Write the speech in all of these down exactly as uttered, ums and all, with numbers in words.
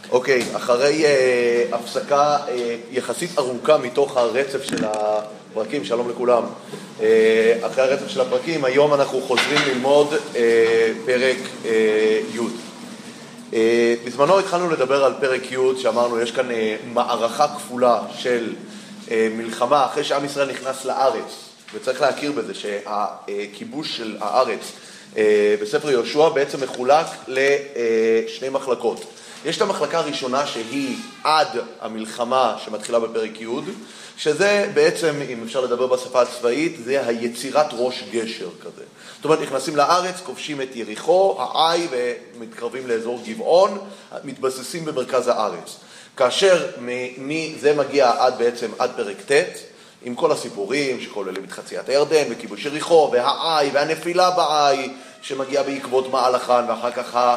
אוקיי, אחרי uh, הפסקה uh, יחסית ארוכה מתוך הרצף של הפרקים, שלום לכולם. Uh, אחרי הרצף של הפרקים, היום אנחנו חוזרים ללמוד uh, פרק uh, י'. Uh, בזמנו התחלנו לדבר על פרק י', שאמרנו יש כאן uh, מערכה כפולה של uh, מלחמה אחרי שעם ישראל נכנס לארץ, וצריך להכיר בזה שהכיבוש של הארץ uh, בספר יהושע בעצם מחולק לשני מחלקות. יש את המחלקה הראשונה שהיא עד המלחמה שמתחילה בפרק י', שזה בעצם, אם אפשר לדבר בשפה הצבאית, זה היצירת ראש גשר כזה. זאת אומרת, נכנסים לארץ, כובשים את יריחו, העי, ומתקרבים לאזור גבעון, מתבססים במרכז הארץ. כאשר זה מגיע עד בעצם עד פרק ט', עם כל הסיפורים שכוללים את חציית הירדן וכיבוש יריחו והעי והנפילה בעי שמגיע בעקבות מעלכן ואחר כך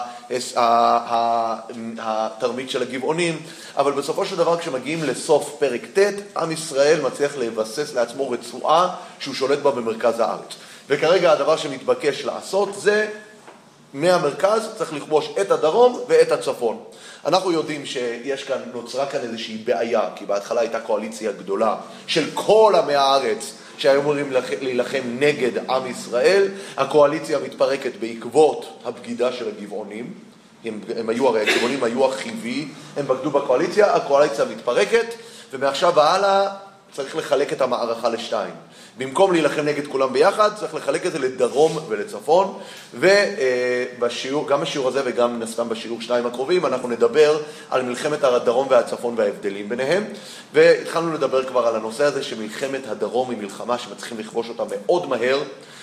התרמית של הגבעונים. אבל בסופו של דבר כשמגיעים לסוף פרק ט', עם ישראל מצליח לבסס לעצמו רצועה שהוא שולט בה במרכז הארץ. וכרגע הדבר שמתבקש לעשות זה מהמרכז צריך לכבוש את הדרום ואת הצפון. אנחנו יודעים שיש כאן, נוצרה כאן איזושהי בעיה, כי בהתחלה הייתה קואליציה גדולה של כל עמי הארץ שהיו אמורים להילחם נגד עם ישראל. הקואליציה מתפרקת בעקבות הבגידה של הגבעונים. הם, הם היו, הרי הגבעונים היו החיבי, הם בגדו בקואליציה, הקואליציה מתפרקת, ומעכשיו והלאה צריך לחלק את המערכה לשתיים. במקום להילחם נגד כולם ביחד, צריך לחלק את זה לדרום ולצפון, ובשיעור, גם בשיעור הזה וגם נסתם בשיעור שניים הקרובים, אנחנו נדבר על מלחמת הדרום והצפון וההבדלים ביניהם, והתחלנו לדבר כבר על הנושא הזה שמלחמת הדרום היא מלחמה שמצליחים לכבוש אותה מאוד מהר.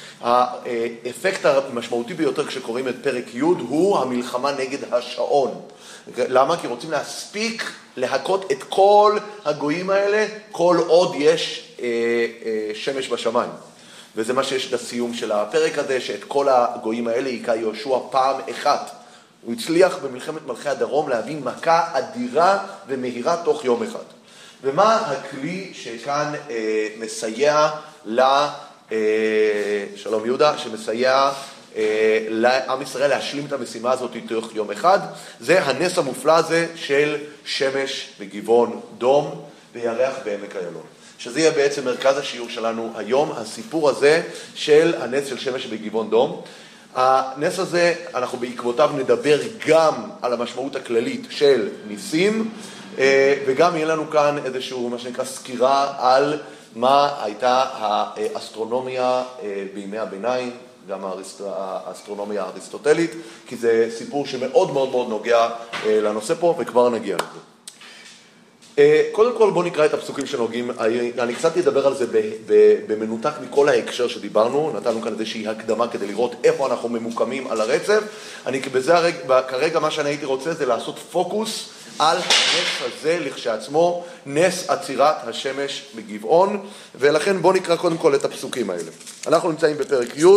האפקט המשמעותי ביותר כשקוראים את פרק י' הוא המלחמה נגד השעון. למה? כי רוצים להספיק להכות את כל הגויים האלה כל עוד יש אה, אה, שמש בשמיים. וזה מה שיש לסיום של הפרק הזה, שאת כל הגויים האלה היכה יהושע פעם אחת. הוא הצליח במלחמת מלכי הדרום להביא מכה אדירה ומהירה תוך יום אחד. ומה הכלי שכאן אה, מסייע ל... אה, שלום יהודה, שמסייע לעם ישראל להשלים את המשימה הזאת תוך יום אחד? זה הנס המופלא הזה של שמש בגבעון דום וירח בעמק איילון, שזה יהיה בעצם מרכז השיעור שלנו היום, הסיפור הזה של הנס של שמש בגבעון דום. הנס הזה, אנחנו בעקבותיו נדבר גם על המשמעות הכללית של ניסים, וגם יהיה לנו כאן איזשהו מה שנקרא סקירה על מה הייתה האסטרונומיה בימי הביניים, גם האסטרונומיה האריסטוטלית, כי זה סיפור שמאוד מאוד מאוד נוגע לנושא פה, וכבר נגיע לזה. קודם כל בואו נקרא את הפסוקים שנוגעים, אני קצת אדבר על זה במנותק מכל ההקשר שדיברנו, נתנו כאן איזושהי הקדמה כדי לראות איפה אנחנו ממוקמים על הרצף. אני בזה הרגע, כרגע מה שאני הייתי רוצה זה לעשות פוקוס על הנס הזה לכשעצמו, נס עצירת השמש בגבעון, ולכן בואו נקרא קודם כל את הפסוקים האלה. אנחנו נמצאים בפרק י'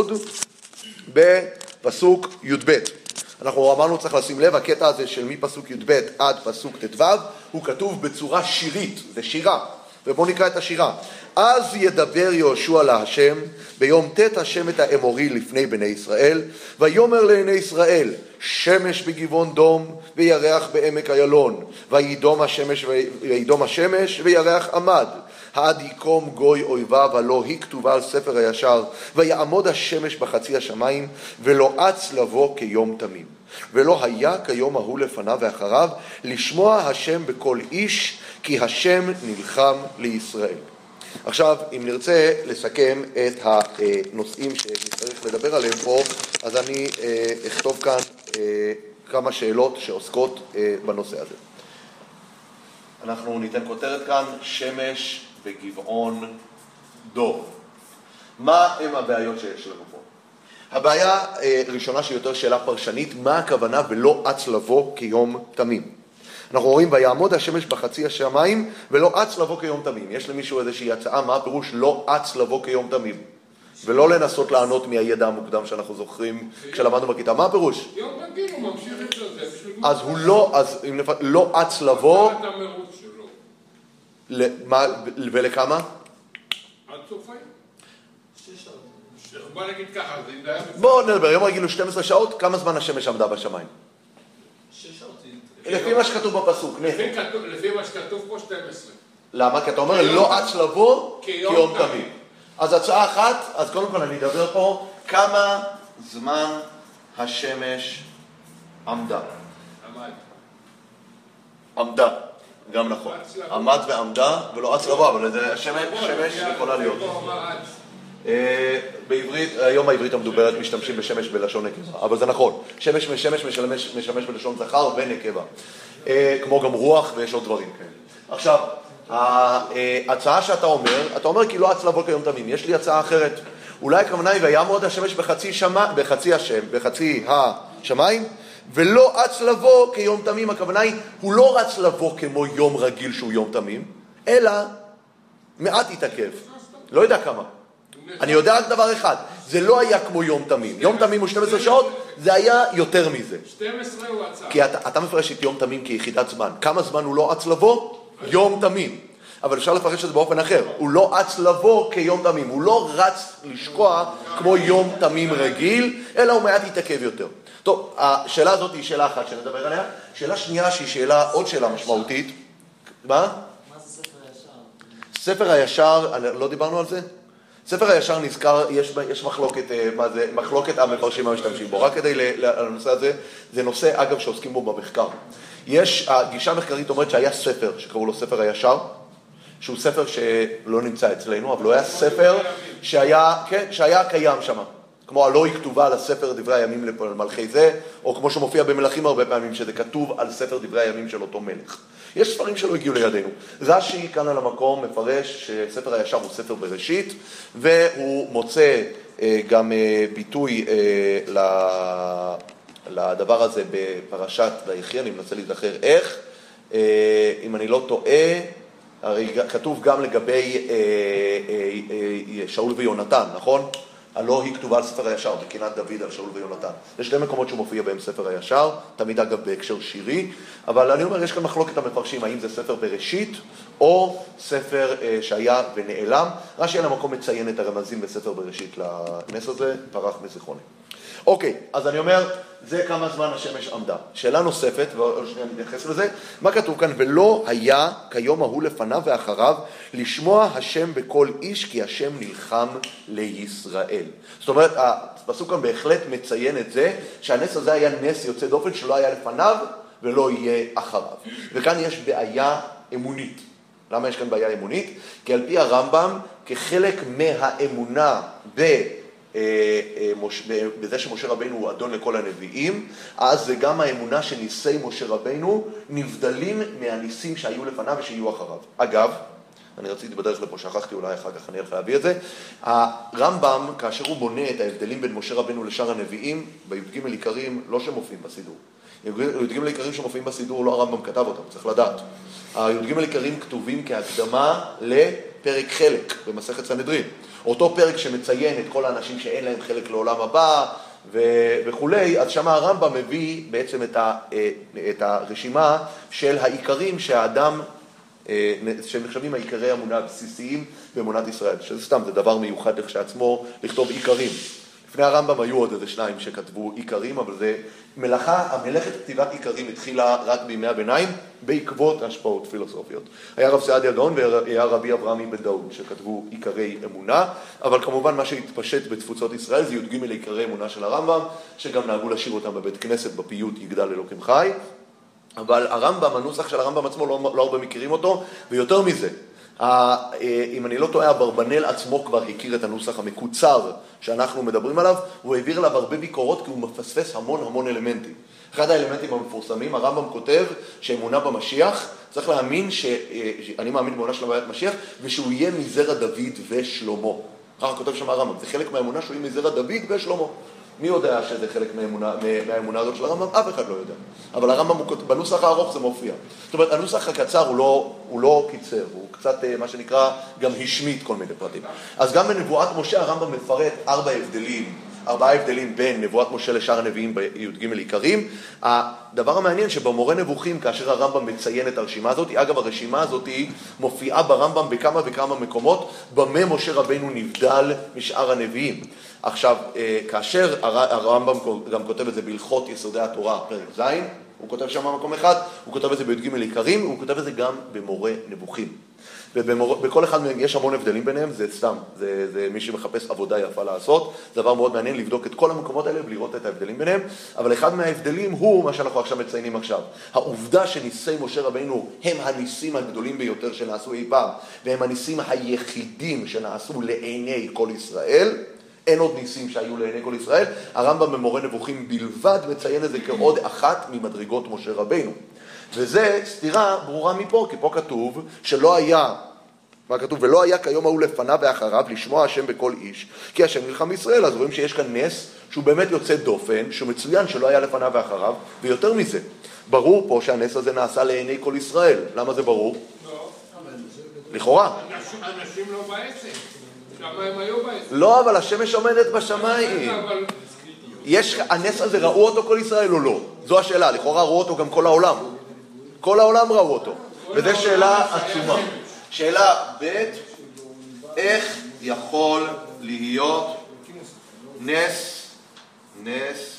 בפסוק י' ב'. אנחנו אמרנו צריך לשים לב, הקטע הזה של מפסוק י' ב' עד פסוק ט' ו' הוא כתוב בצורה שירית, זה שירה, ובואו נקרא את השירה. אז ידבר יהושע להשם ביום ט' השם את האמורי לפני בני ישראל, ויאמר לעיני ישראל שמש בגבעון דום וירח בעמק איילון, וידום השמש וידום השמש וירח עמד, העד יקום גוי אויביו, הלא היא כתובה על ספר הישר, ויעמוד השמש בחצי השמיים, ולא אץ לבוא כיום תמים. ולא היה כיום ההוא לפניו ואחריו, לשמוע השם בכל איש, כי השם נלחם לישראל. עכשיו, אם נרצה לסכם את הנושאים שנצטרך לדבר עליהם פה, אז אני אכתוב כאן כמה שאלות שעוסקות בנושא הזה. אנחנו ניתן כותרת כאן, שמש בגבעון דום. מה הם הבעיות שיש לנו פה? הבעיה ראשונה שהיא יותר שאלה פרשנית, מה הכוונה ולא אץ לבוא כיום תמים? אנחנו רואים ויעמוד השמש בחצי השמיים ולא אץ לבוא כיום תמים. יש למישהו איזושהי הצעה מה הפירוש לא אץ לבוא כיום תמים? ולא לנסות לענות מהידע המוקדם שאנחנו זוכרים כשלמדנו בכיתה. מה הפירוש? יום רגיל הוא ממשיך את זה. אז הוא לא, אז לא אץ לבוא. ולכמה? עד סוף היום. שש שעות. בוא נגיד ככה, זה אם זה היה... בואו נדבר, יום רגיל הוא שתים עשרה שעות, כמה זמן השמש עמדה בשמיים? שש לפי מה שכתוב בפסוק, לפי מה שכתוב פה שתים עשרה. למה? כי אתה אומר לא אץ לבוא כיום תמים. אז הצעה אחת, אז קודם כל אני אדבר פה כמה זמן השמש עמדה. עמד. עמדה, גם נכון. עמד ועמדה ולא אץ לבוא, אבל זה שמש יכולה להיות. בעברית, היום העברית המדוברת משתמשים בשמש בלשון נקבה, אבל זה נכון. שמש משמש משמש בלשון זכר ונקבה. כמו גם רוח ויש עוד דברים כאלה. עכשיו, ההצעה שאתה אומר, אתה אומר כי לא אץ לבוא כיום תמים. יש לי הצעה אחרת. אולי הכוונה היא ויעמוד השמש בחצי שמה, בחצי השם, בחצי השמיים, ולא אץ לבוא כיום תמים. הכוונה היא, הוא לא רץ לבוא כמו יום רגיל שהוא יום תמים, אלא מעט יתעכב. לא יודע כמה. אני יודע רק דבר אחד, זה לא היה כמו יום תמים. יום תמים הוא שתים עשרה שעות, זה היה יותר מזה. שתים עשרה הוא עצר. כי אתה, אתה מפרש את יום תמים כיחידת זמן. כמה זמן הוא לא אץ לבוא? יום תמים. אבל אפשר לפרש את זה באופן אחר. הוא לא אץ לבוא כיום תמים. הוא לא רץ לשקוע כמו יום תמים רגיל, אלא הוא מעט יתעכב יותר. טוב, השאלה הזאת היא שאלה אחת שנדבר עליה. שאלה שנייה שהיא שאלה, עוד שאלה משמעותית. מה? מה זה ספר הישר? ספר הישר, לא דיברנו על זה? ספר הישר נזכר, יש, יש מחלוקת, מה זה, מחלוקת המפרשים המשתמשים בו. רק כדי לנושא הזה, זה נושא, אגב, שעוסקים בו במחקר. יש, הגישה המחקרית אומרת שהיה ספר, שקראו לו ספר הישר, שהוא ספר שלא נמצא אצלנו, אבל הוא היה ספר שהיה, כן, שהיה קיים שם. כמו הלא היא כתובה על הספר דברי הימים למלכי זה, או כמו שמופיע במלכים הרבה פעמים, שזה כתוב על ספר דברי הימים של אותו מלך. יש ספרים שלא הגיעו לידינו. רש"י כאן על המקום מפרש שספר הישר הוא ספר בראשית, והוא מוצא גם ביטוי לדבר הזה בפרשת ויחי, אני מנסה להיזכר איך, אם אני לא טועה, הרי כתוב גם לגבי שאול ויונתן, נכון? הלא היא כתובה על ספר הישר, בקינת דוד על שאול ויונתן. יש שני מקומות שהוא מופיע בהם ספר הישר, תמיד אגב בהקשר שירי, אבל אני אומר, יש כאן מחלוקת המפרשים, האם זה ספר בראשית, או ספר אה, שהיה ונעלם. רש"י על המקום מציין את הרמזים בספר בראשית לנס הזה, פרח מזיכרוני. אוקיי, אז אני אומר, זה כמה זמן השמש עמדה. שאלה נוספת, ועוד שנייה נתייחס לזה, מה כתוב כאן? ולא היה כיום ההוא לפניו ואחריו לשמוע השם בכל איש, כי השם נלחם לישראל. זאת אומרת, הפסוק כאן בהחלט מציין את זה, שהנס הזה היה נס יוצא דופן שלא היה לפניו ולא יהיה אחריו. וכאן יש בעיה אמונית. למה יש כאן בעיה אמונית? כי על פי הרמב"ם, כחלק מהאמונה ב... בזה שמשה רבינו הוא אדון לכל הנביאים, אז זה גם האמונה שניסי משה רבינו נבדלים מהניסים שהיו לפניו ושיהיו אחריו. אגב, אני רציתי בדרך לפה, שכחתי אולי אחר כך אני הולך להביא את זה, הרמב"ם, כאשר הוא בונה את ההבדלים בין משה רבינו לשאר הנביאים, בי"ג עיקרים לא שמופיעים בסידור. הי"ג עיקרים שמופיעים בסידור לא הרמב"ם כתב אותם, צריך לדעת. הי"ג עיקרים כתובים כהקדמה לפרק חלק במסכת סנהדרין. אותו פרק שמציין את כל האנשים שאין להם חלק לעולם הבא וכולי, אז שם הרמב"ם מביא בעצם את, ה, את הרשימה של העיקרים שהאדם, שנחשבים העיקרי האמונה הבסיסיים באמונת ישראל, שזה סתם, זה דבר מיוחד לכשעצמו לכתוב עיקרים. לפני הרמב"ם היו עוד איזה שניים שכתבו עיקרים, אבל זה מלאכה, המלאכת כתיבת עיקרים התחילה רק בימי הביניים, בעקבות השפעות פילוסופיות. היה רב סעדיה גאון והיה רבי אברהם בן דאוד שכתבו עיקרי אמונה, אבל כמובן מה שהתפשט בתפוצות ישראל זה י"ג עיקרי אמונה של הרמב"ם, שגם נהגו לשיר אותם בבית כנסת בפיוט יגדל אלוקים חי, אבל הרמב"ם, הנוסח של הרמב"ם עצמו לא, לא הרבה מכירים אותו, ויותר מזה, אם אני לא טועה, אברבנאל עצמו כבר הכיר את הנוסח המקוצר שאנחנו מדברים עליו, הוא העביר עליו הרבה ביקורות כי הוא מפספס המון המון אלמנטים. אחד האלמנטים המפורסמים, הרמב"ם כותב שאמונה במשיח, צריך להאמין שאני מאמין באמונה של משיח, ושהוא יהיה מזרע דוד ושלמה. ככה כותב שם הרמב"ם, זה חלק מהאמונה שהוא יהיה מזרע דוד ושלמה. מי יודע שזה חלק מהאמונה, מהאמונה הזאת של הרמב"ם? אף אחד לא יודע. אבל הרמב"ם, בנוסח הארוך זה מופיע. זאת אומרת, הנוסח הקצר הוא לא, הוא לא קיצר, הוא קצת, מה שנקרא, גם השמיט כל מיני פרטים. אז גם בנבואת משה הרמב"ם מפרט ארבע הבדלים, ארבעה הבדלים בין נבואת משה לשאר הנביאים בי"ג עיקרים. הדבר המעניין שבמורה נבוכים, כאשר הרמב"ם מציין את הרשימה הזאת, אגב, הרשימה הזאת מופיעה ברמב"ם בכמה וכמה מקומות, במה משה רבינו נבדל משאר הנביאים. עכשיו, כאשר הרמב"ם גם כותב את זה בהלכות יסודי התורה, פרק ז', הוא כותב שם מקום אחד, הוא כותב את זה בי"ג עיקרים, הוא כותב את זה גם במורה נבוכים. ובכל אחד מהם יש המון הבדלים ביניהם, זה סתם, זה, זה מי שמחפש עבודה יפה לעשות, זה דבר מאוד מעניין לבדוק את כל המקומות האלה ולראות את ההבדלים ביניהם, אבל אחד מההבדלים הוא מה שאנחנו עכשיו מציינים עכשיו. העובדה שניסי משה רבינו הם הניסים הגדולים ביותר שנעשו אי פעם, והם הניסים היחידים שנעשו לעיני כל ישראל, אין עוד ניסים שהיו לעיני כל ישראל, הרמב"ם במורה נבוכים בלבד מציין את זה כעוד אחת ממדרגות משה רבינו. וזה סתירה ברורה מפה, כי פה כתוב שלא היה, מה כתוב? ולא היה כיום ההוא לפניו ואחריו לשמוע השם בכל איש, כי השם נלחם בישראל. אז רואים שיש כאן נס שהוא באמת יוצא דופן, שהוא מצוין שלא היה לפניו ואחריו, ויותר מזה, ברור פה שהנס הזה נעשה לעיני כל ישראל. למה זה ברור? לא. לכאורה. אנשים לא בעצם. שמה הם היו בעצם. לא, אבל השמש עומדת בשמיים. אבל... יש, הנס הזה ראו אותו כל ישראל או לא? זו השאלה, לכאורה ראו אותו גם כל העולם. כל העולם ראו אותו. וזו שאלה עצומה. שאלה ב', איך יכול להיות נס, נס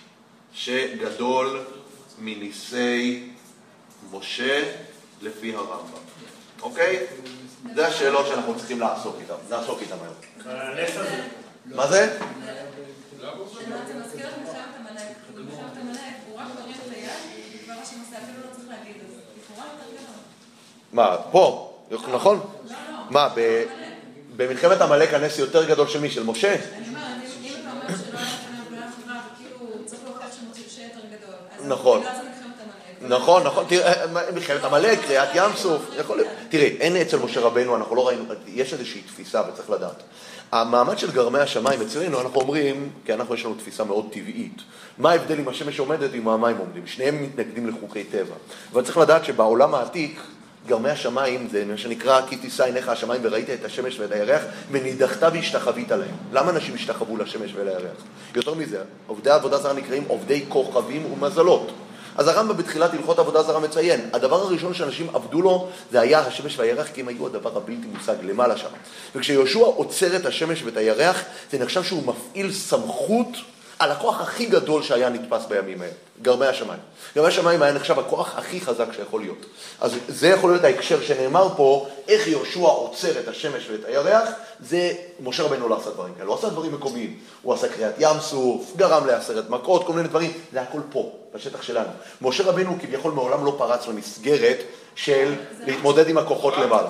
שגדול מניסי משה לפי הרמב"ם. אוקיי? זה השאלות שאנחנו צריכים לעסוק איתן. נעסוק איתן היום. מה זה? זה מזכיר את מלחמת עמלק. במלחמת עמלק הוא רק מרים את היד, וכבר השם עושה, אפילו לא צריך להגיד, אז לכאורה יותר גדול. מה, פה? נכון? לא, לא. מה, במלחמת עמלק הנס יותר גדול של מי? של משה? אני אומרת, אם אתה אומר שלא היה לפניו ולא היה אחריו, וכאילו צריך להוכיח שמשה יותר גדול, אז נכון. בגלל זה מלחמת עמלק. נכון, נכון, תראה, מלחמת עמלק, קריעת ים סוף, יכול להיות. תראה, אין אצל משה רבנו, אנחנו לא ראינו, יש איזושהי תפיסה וצריך לדעת. המעמד של גרמי השמיים אצלנו, אנחנו אומרים, כי אנחנו יש לנו תפיסה מאוד טבעית, מה ההבדל אם השמש עומדת ועם המים עומדים? שניהם מתנגדים לחוקי טבע. אבל צריך לדעת שבעולם העתיק, גרמי השמיים זה מה שנקרא, כי תישא עיניך השמיים וראית את השמש ואת הירח, ונידחת והשתחווית עליהם. למה אנשים השתחוו לשמש ולירח? יותר מזה, עובדי העבודה זרה נקראים עובדי כוכבים ומזלות. אז הרמב"ם בתחילת הלכות עבודה זרה מציין, הדבר הראשון שאנשים עבדו לו זה היה השמש והירח, כי הם היו הדבר הבלתי מושג למעלה שם. וכשיהושע עוצר את השמש ואת הירח, זה נחשב שהוא מפעיל סמכות על הכוח הכי גדול שהיה נתפס בימים האלה, גרמי השמיים. גרמי השמיים היה נחשב הכוח הכי חזק שיכול להיות. אז זה יכול להיות ההקשר שנאמר פה, איך יהושע עוצר את השמש ואת הירח, זה משה רבנו לא עשה דברים כאלה, הוא עשה דברים מקומיים. הוא עשה קריאת ים סוף, גרם לעשרת מכות, כל מיני דברים, זה הכל פה, בשטח שלנו. משה רבנו כביכול מעולם לא פרץ למסגרת של להתמודד עם הכוחות למעלה.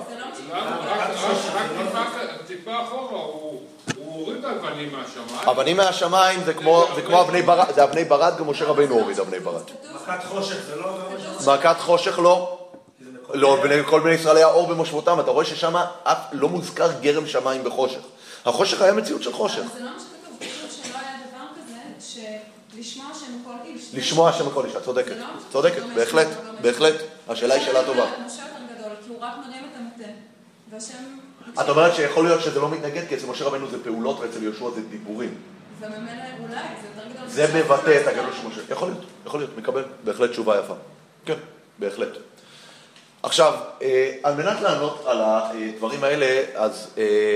רק טיפה אחורה, הוא הוריד אבנים מהשמיים. אבנים מהשמיים זה כמו אבני ברד, זה אבני ברד, גם משה רבנו הוריד אבני ברד. מכת חושך זה לא... מכת חושך לא. לא, כל בני ישראל היה אור במושבותם, אתה רואה ששם אף לא מוזכר גרם שמיים בחושך. החושך היה מציאות של חושך. אבל זה לא מה שכתוב, כתוב שלא היה דבר כזה, שלשמוע שם כל איש. לשמוע שם כל איש, את צודקת. צודקת, בהחלט, בהחלט. השאלה היא שאלה טובה. משה יותר גדול, כי הוא רק מרים את המטה. והשם... את אומרת שיכול להיות שזה לא מתנגד, כי אצל משה רבנו זה פעולות ואצל יהושע זה דיבורים. וממילא אולי, זה יותר גדול. זה מבטא את הגדול של משה. יכול להיות, יכול להיות, מקבל. בהחלט תשובה יפה. כן, בהחלט. עכשיו, על מנת לענות על הדברים האלה, אז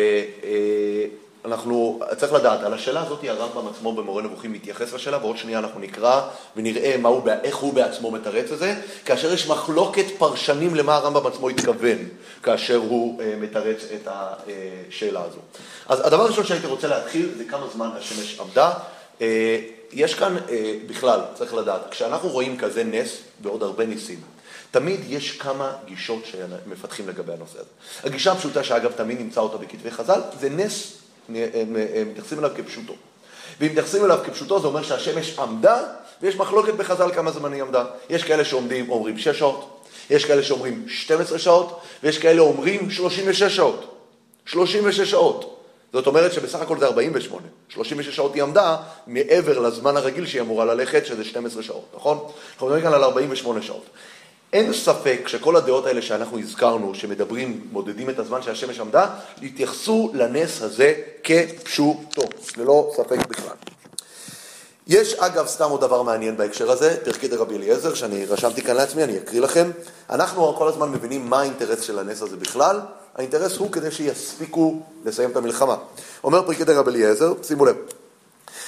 אנחנו, צריך לדעת, על השאלה הזאת הרמב"ם עצמו במורה נבוכים מתייחס לשאלה, ועוד שנייה אנחנו נקרא ונראה מה הוא, איך הוא בעצמו מתרץ את זה, כאשר יש מחלוקת פרשנים למה הרמב"ם עצמו התכוון, כאשר הוא מתרץ את השאלה הזו. אז הדבר הראשון שהייתי רוצה להתחיל זה כמה זמן השמש עמדה. יש כאן בכלל, צריך לדעת, כשאנחנו רואים כזה נס ועוד הרבה ניסים, תמיד יש כמה גישות שמפתחים לגבי הנושא הזה. הגישה הפשוטה שאגב תמיד נמצא אותה בכתבי חז"ל, זה נס, מתייחסים אליו כפשוטו. ואם מתייחסים אליו כפשוטו זה אומר שהשמש עמדה, ויש מחלוקת בחז"ל כמה זמן היא עמדה. יש כאלה שעומדים, אומרים שש שעות, יש כאלה שאומרים שתים עשרה שעות, ויש כאלה אומרים שלושים ושש שעות. שלושים ושש שעות. זאת אומרת שבסך הכל זה ארבעים ושמונה. שלושים ושש שעות היא עמדה מעבר לזמן הרגיל שהיא אמורה ללכת, שזה שתים עשרה שעות, נכון? אנחנו מדברים כאן על ארבעים ושמונה שעות. אין ספק שכל הדעות האלה שאנחנו הזכרנו, שמדברים, מודדים את הזמן שהשמש עמדה, התייחסו לנס הזה כפשוטו, ללא ספק בכלל. יש אגב סתם עוד דבר מעניין בהקשר הזה, פרקי דרבי אליעזר, שאני רשמתי כאן לעצמי, אני אקריא לכם. אנחנו כל הזמן מבינים מה האינטרס של הנס הזה בכלל. האינטרס הוא כדי שיספיקו לסיים את המלחמה. אומר פרקי דרבי אליעזר, שימו לב,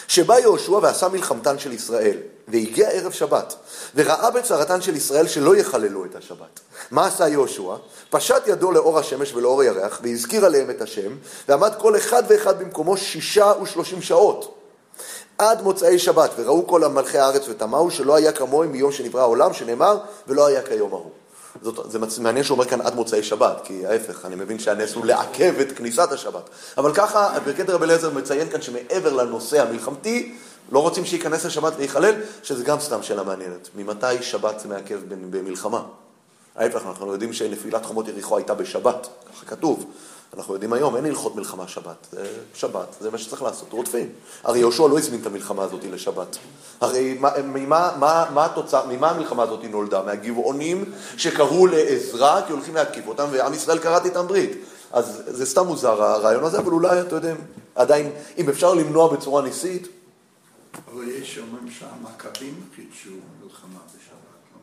שבא יהושע ועשה מלחמתן של ישראל, והגיע ערב שבת, וראה בצרתן של ישראל שלא יחללו את השבת. מה עשה יהושע? פשט ידו לאור השמש ולאור הירח, והזכיר עליהם את השם, ועמד כל אחד ואחד במקומו שישה ושלושים שעות. עד מוצאי שבת, וראו כל מלכי הארץ ותמהו שלא היה כמוהם מיום שנברא העולם, שנאמר, ולא היה כיום ההוא. זאת, זה מעניין שאומר כאן עד מוצאי שבת, כי ההפך, אני מבין שהנס הוא לעכב את כניסת השבת. אבל ככה, פרקי רבי אליעזר מציין כאן שמעבר לנושא המלחמתי, לא רוצים שייכנס לשבת ויחלל, שזה גם סתם שאלה מעניינת. ממתי שבת זה מעכב במלחמה? ההפך, אנחנו יודעים שנפילת חומות יריחו הייתה בשבת, ככה כתוב. אנחנו יודעים היום, אין הלכות מלחמה שבת. זה שבת, זה מה שצריך לעשות, רודפים. הרי יהושע לא הזמין את המלחמה הזאת לשבת. הרי ממה, מה, מה התוצאה, ממה המלחמה הזאת נולדה? מהגבעונים שקראו לעזרה, כי הולכים להתקיף אותם, ועם ישראל קראת איתם ברית. אז זה סתם מוזר הרעיון הזה, אבל אולי, אתה יודע, עדיין, אם אפשר למנוע בצורה ניסית. אבל יש אומרים שהמכבים חידשו מלחמה בשבת,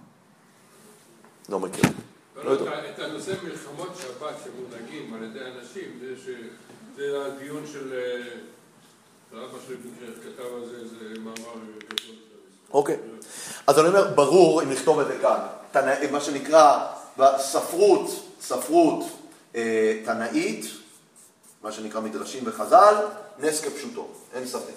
לא? לא מכיר. את הנושא מלחמות שבת שמונהגים על ידי אנשים, זה הדיון של רבא שליבינקר כתב על זה, זה מאמר גדול. אוקיי, אז אני אומר, ברור אם נכתוב את זה כאן, מה שנקרא בספרות, ספרות תנאית, מה שנקרא מדרשים וחז"ל, נס כפשוטו, אין ספק.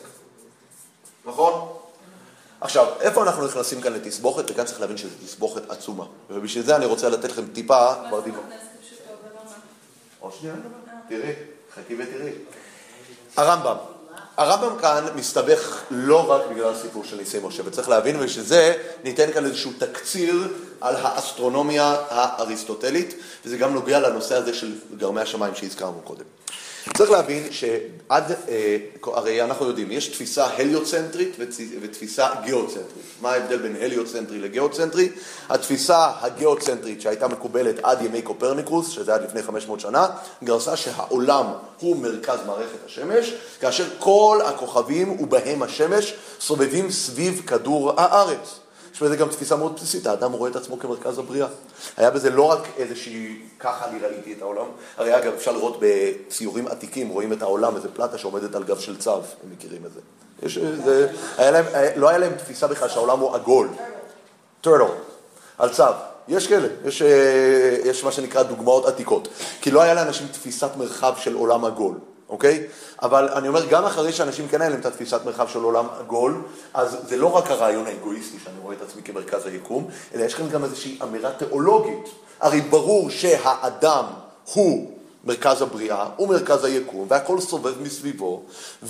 נכון? עכשיו, איפה אנחנו נכנסים כאן לתסבוכת? וכאן צריך להבין שזו תסבוכת עצומה. ובשביל זה אני רוצה לתת לכם טיפה... מה זה נס כפשוטו ולא מה? עוד שנייה, תראי, חכי ותראי. הרמב"ם. הרמב"ם כאן מסתבך לא רק בגלל הסיפור של ניסי משה, וצריך להבין ושזה ניתן כאן איזשהו תקציר על האסטרונומיה האריסטוטלית, וזה גם נוגע לנושא הזה של גרמי השמיים שהזכרנו קודם. צריך להבין שעד, הרי אנחנו יודעים, יש תפיסה הליוצנטרית ותפיסה גיאוצנטרית. מה ההבדל בין הליוצנטרי לגיאוצנטרי? התפיסה הגיאוצנטרית שהייתה מקובלת עד ימי קופרניקוס, שזה עד לפני חמש מאות שנה, גרסה שהעולם הוא מרכז מערכת השמש, כאשר כל הכוכבים ובהם השמש סובבים סביב כדור הארץ. יש בזה גם תפיסה מאוד בסיסית, האדם רואה את עצמו כמרכז הבריאה. היה בזה לא רק איזושהי, ככה אני ראיתי את העולם, הרי אגב אפשר לראות בציורים עתיקים, רואים את העולם, איזה פלטה שעומדת על גב של צב, הם מכירים את זה. יש, זה היה להם, לא היה להם תפיסה בכלל שהעולם הוא עגול. טרטל, על צב. יש כאלה, יש, יש מה שנקרא דוגמאות עתיקות, כי לא היה לאנשים תפיסת מרחב של עולם עגול. אוקיי? אבל אני אומר, גם אחרי שאנשים כן היה להם את התפיסת מרחב של עולם עגול, אז זה לא רק הרעיון האגואיסטי שאני רואה את עצמי כמרכז היקום, אלא יש כאן גם איזושהי אמירה תיאולוגית. הרי ברור שהאדם הוא מרכז הבריאה, הוא מרכז היקום, והכל סובב מסביבו,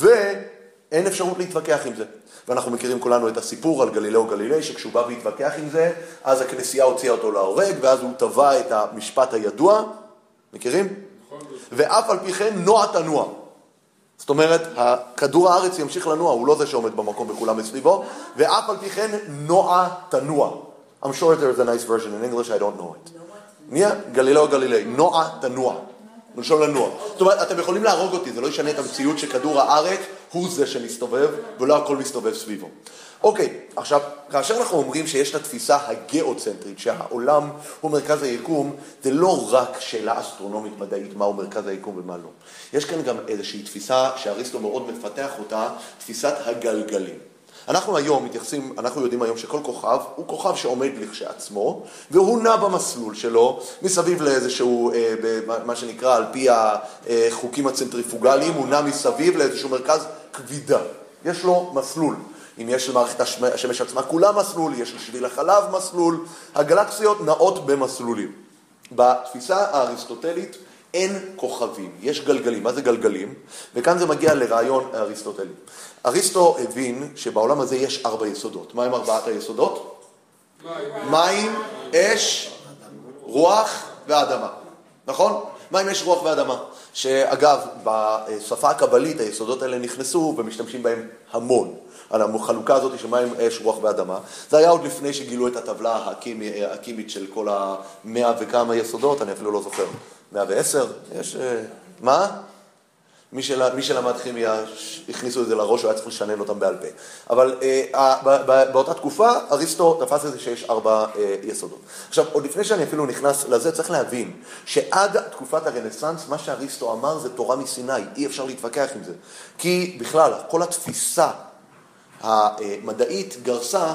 ואין אפשרות להתווכח עם זה. ואנחנו מכירים כולנו את הסיפור על גלילאו גלילי, שכשהוא בא והתווכח עם זה, אז הכנסייה הוציאה אותו להורג, ואז הוא טבע את המשפט הידוע. מכירים? ואף על פי כן נוע תנוע. זאת אומרת, כדור הארץ ימשיך לנוע, הוא לא זה שעומד במקום וכולם מסביבו, ואף על פי כן נוע תנוע. I'm sure there's a nice version in English, I don't know it. נהיה גלילאו גלילי, נוע תנוע. מלשון לנוע. זאת אומרת, אתם יכולים להרוג אותי, זה לא ישנה את המציאות שכדור הארץ הוא זה שמסתובב, ולא הכל מסתובב סביבו. אוקיי, עכשיו, כאשר אנחנו אומרים שיש את התפיסה הגיאוצנטרית, שהעולם הוא מרכז היקום, זה לא רק שאלה אסטרונומית מדעית, מהו מרכז היקום ומה לא. יש כאן גם איזושהי תפיסה שאריסטו מאוד מפתח אותה, תפיסת הגלגלים. אנחנו היום מתייחסים, אנחנו יודעים היום שכל כוכב הוא כוכב שעומד לכשעצמו, והוא נע במסלול שלו, מסביב לאיזשהו, אה, מה שנקרא, על פי החוקים הצנטריפוגליים, הוא נע מסביב לאיזשהו מרכז כבידה. יש לו מסלול. אם יש למערכת השמש עצמה כולה מסלול, יש לשביל החלב מסלול, הגלקסיות נעות במסלולים. בתפיסה האריסטוטלית אין כוכבים, יש גלגלים. מה זה גלגלים? וכאן זה מגיע לרעיון האריסטוטלי. אריסטו הבין שבעולם הזה יש ארבע יסודות. מה הם ארבעת היסודות? מים, אש, רוח ואדמה. נכון? מים, אש, רוח ואדמה. שאגב, בשפה הקבלית היסודות האלה נכנסו ומשתמשים בהם המון. על החלוקה הזאת של מים, אש, רוח ואדמה. זה היה עוד לפני שגילו את הטבלה הקימי, הקימית של כל המאה וכמה יסודות, אני אפילו לא זוכר. מאה ועשר? יש... מה? מי, של, מי שלמד כימיה הכניסו את זה לראש, הוא היה צריך לשנן אותם בעל פה. אבל אה, באותה תקופה, אריסטו תפס את זה שיש ארבע אה, יסודות. עכשיו, עוד לפני שאני אפילו נכנס לזה, צריך להבין שעד תקופת הרנסנס, מה שאריסטו אמר זה תורה מסיני, אי אפשר להתווכח עם זה. כי בכלל, כל התפיסה המדעית גרסה,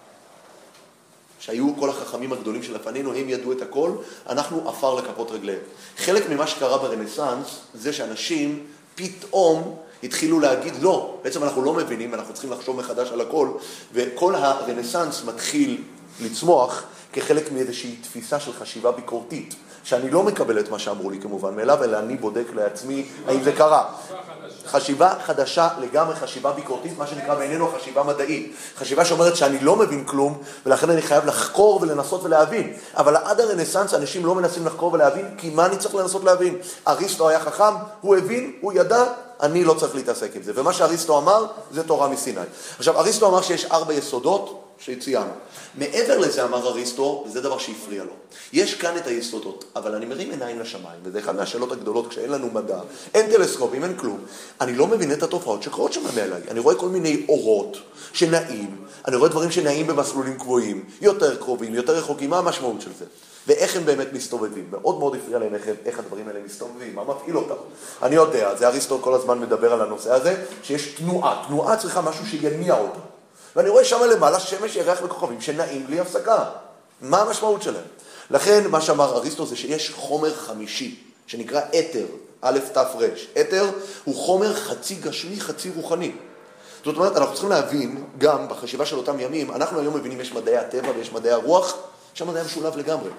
שהיו כל החכמים הגדולים שלפנינו, הם ידעו את הכל, אנחנו עפר לכפות רגליהם. חלק ממה שקרה ברנסנס, זה שאנשים פתאום התחילו להגיד, לא, בעצם אנחנו לא מבינים, אנחנו צריכים לחשוב מחדש על הכל, וכל הרנסנס מתחיל לצמוח כחלק מאיזושהי תפיסה של חשיבה ביקורתית, שאני לא מקבל את מה שאמרו לי כמובן מאליו, אלא אני בודק לעצמי האם זה קרה. חשיבה חדשה לגמרי, חשיבה ביקורתית, מה שנקרא בעינינו חשיבה מדעית. חשיבה שאומרת שאני לא מבין כלום, ולכן אני חייב לחקור ולנסות ולהבין. אבל עד הרנסנס אנשים לא מנסים לחקור ולהבין, כי מה אני צריך לנסות להבין? אריסטו היה חכם, הוא הבין, הוא ידע, אני לא צריך להתעסק עם זה. ומה שאריסטו אמר, זה תורה מסיני. עכשיו, אריסטו אמר שיש ארבע יסודות שציינו. מעבר לזה אמר אריסטו, וזה דבר שהפריע לו. יש כאן את היסודות, אבל אני מרים עיניים לשמיים, וזה אחד מהשאלות הגדולות כשאין לנו מדע, אין טלסקופים, אין כלום. אני לא מבין את התופעות שקורות שם מעליי. אני רואה כל מיני אורות שנעים, אני רואה דברים שנעים במסלולים קבועים, יותר קרובים, יותר רחוקים, מה המשמעות של זה? ואיך הם באמת מסתובבים. מאוד מאוד הפריע להם איך, איך הדברים האלה מסתובבים, מה מפעיל אותם. אני יודע, זה אריסטו כל הזמן מדבר על הנושא הזה, שיש תנועה. תנועה צריכה משהו שיניע אותה. ואני רואה שם למעלה שמש, ירח וכוכבים שנעים בלי הפסקה. מה המשמעות שלהם? לכן מה שאמר אריסטו זה שיש חומר חמישי, שנקרא אתר, א' ת' ר'. אתר הוא חומר חצי גשמי, חצי רוחני. זאת אומרת, אנחנו צריכים להבין, גם בחשיבה של אותם ימים, אנחנו היום מבינים יש מדעי הטבע ויש מדעי הרוח, שם מדעי משולב לגמרי.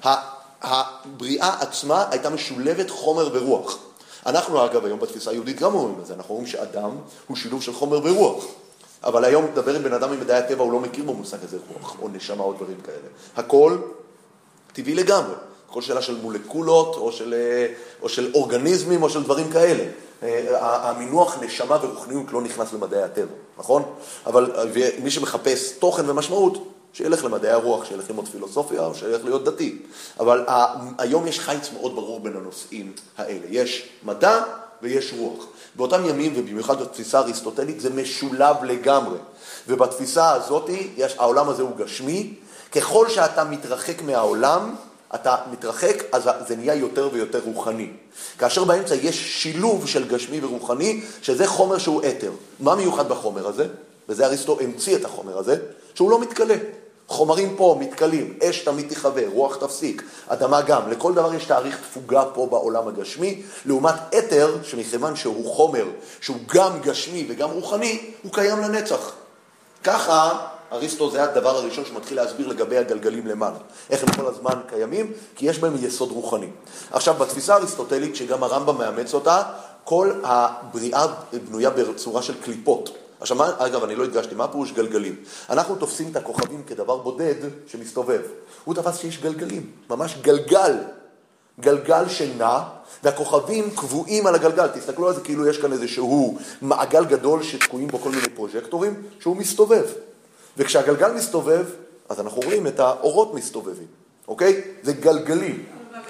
הבריאה עצמה הייתה משולבת חומר ורוח. אנחנו אגב היום בתפיסה היהודית גם אומרים את זה, אנחנו אומרים שאדם הוא שילוב של חומר ורוח. אבל היום מדבר עם בן אדם עם מדעי הטבע, הוא לא מכיר במושג הזה רוח, או נשמה או דברים כאלה. הכל טבעי לגמרי. כל שאלה של מולקולות, או של, או של אורגניזמים, או של דברים כאלה. המינוח נשמה ורוחניות לא נכנס למדעי הטבע, נכון? אבל מי שמחפש תוכן ומשמעות, שילך למדעי הרוח, שילך ללמוד פילוסופיה, או שילך להיות דתי. אבל היום יש חיץ מאוד ברור בין הנושאים האלה. יש מדע ויש רוח. באותם ימים, ובמיוחד בתפיסה האריסטוטלית, זה משולב לגמרי. ובתפיסה הזאת, יש, העולם הזה הוא גשמי. ככל שאתה מתרחק מהעולם, אתה מתרחק, אז זה נהיה יותר ויותר רוחני. כאשר באמצע יש שילוב של גשמי ורוחני, שזה חומר שהוא אתר. מה מיוחד בחומר הזה? וזה אריסטו המציא את החומר הזה, שהוא לא מתקלה. חומרים פה מתקלים, אש תמיד תחווה, רוח תפסיק, אדמה גם. לכל דבר יש תאריך תפוגה פה בעולם הגשמי, לעומת אתר, שמכיוון שהוא חומר, שהוא גם גשמי וגם רוחני, הוא קיים לנצח. ככה, אריסטו זה הדבר הראשון שמתחיל להסביר לגבי הגלגלים למעלה. איך הם כל הזמן קיימים? כי יש בהם יסוד רוחני. עכשיו, בתפיסה האריסטוטלית, שגם הרמב"ם מאמץ אותה, כל הבריאה בנויה בצורה של קליפות. עכשיו, אגב, אני לא הדגשתי, מה פירוש גלגלים? אנחנו תופסים את הכוכבים כדבר בודד שמסתובב. הוא תפס שיש גלגלים, ממש גלגל, גלגל שנע, והכוכבים קבועים על הגלגל. תסתכלו על זה כאילו יש כאן איזשהו מעגל גדול שתקועים בו כל מיני פרוז'קטורים, שהוא מסתובב. וכשהגלגל מסתובב, אז אנחנו רואים את האורות מסתובבים, אוקיי? זה גלגלים.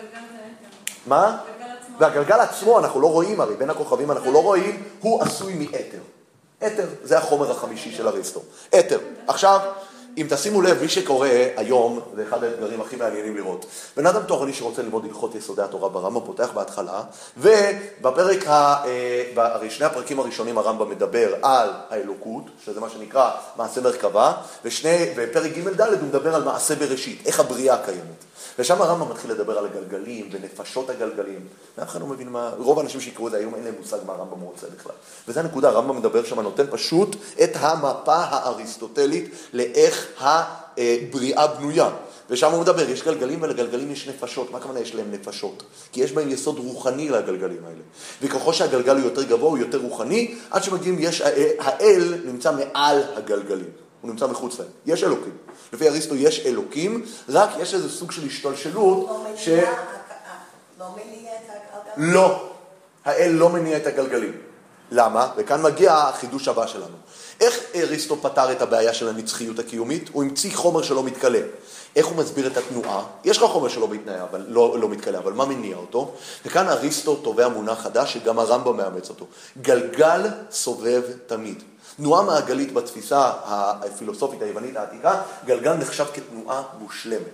מה? והגלגל עצמו אנחנו לא רואים, הרי בין הכוכבים אנחנו לא רואים, הוא עשוי מאתר. אתר, זה החומר החמישי של אריסטו. אתר. עכשיו, אם תשימו לב, מי שקורא היום, זה אחד הדברים הכי מעניינים לראות. בן אדם תורני שרוצה ללמוד הלכות יסודי התורה ברמב"ם, פותח בהתחלה, ובפרק, הרי שני הפרקים הראשונים הרמב"ם מדבר על האלוקות, שזה מה שנקרא מעשה מרכבה, ופרק ג' ד' הוא מדבר על מעשה בראשית, איך הבריאה קיימת. ושם הרמב"ם מתחיל לדבר על הגלגלים ונפשות הגלגלים. ואף אחד לא מבין מה, רוב האנשים שיקראו את זה היום אין להם מושג מה הרמב"ם רוצה בכלל. וזה הנקודה, הרמב"ם מדבר שם, נותן פשוט את המפה האריסטוטלית לאיך הבריאה בנויה. ושם הוא מדבר, יש גלגלים ולגלגלים יש נפשות. מה כמובן יש להם נפשות? כי יש בהם יסוד רוחני לגלגלים האלה. וככל שהגלגל הוא יותר גבוה, הוא יותר רוחני, עד שמגיעים, יש, האל נמצא מעל הגלגלים. הוא נמצא מחוץ להם. יש אלוקים. לפי אריסטו יש אלוקים, רק יש איזה סוג של השתלשלות ש... לא מניע את הגלגלים? לא. האל לא מניע את הגלגלים. למה? וכאן מגיע החידוש הבא שלנו. איך אריסטו פתר את הבעיה של הנצחיות הקיומית? הוא המציא חומר שלא מתקלה. איך הוא מסביר את התנועה? יש לך חומר שלא מתנעה, אבל לא, לא מתקלה, אבל מה מניע אותו? וכאן אריסטו תובע מונח חדש שגם הרמב"ם מאמץ אותו. גלגל סובב תמיד. תנועה מעגלית בתפיסה הפילוסופית היוונית העתיקה, גלגל נחשב כתנועה מושלמת.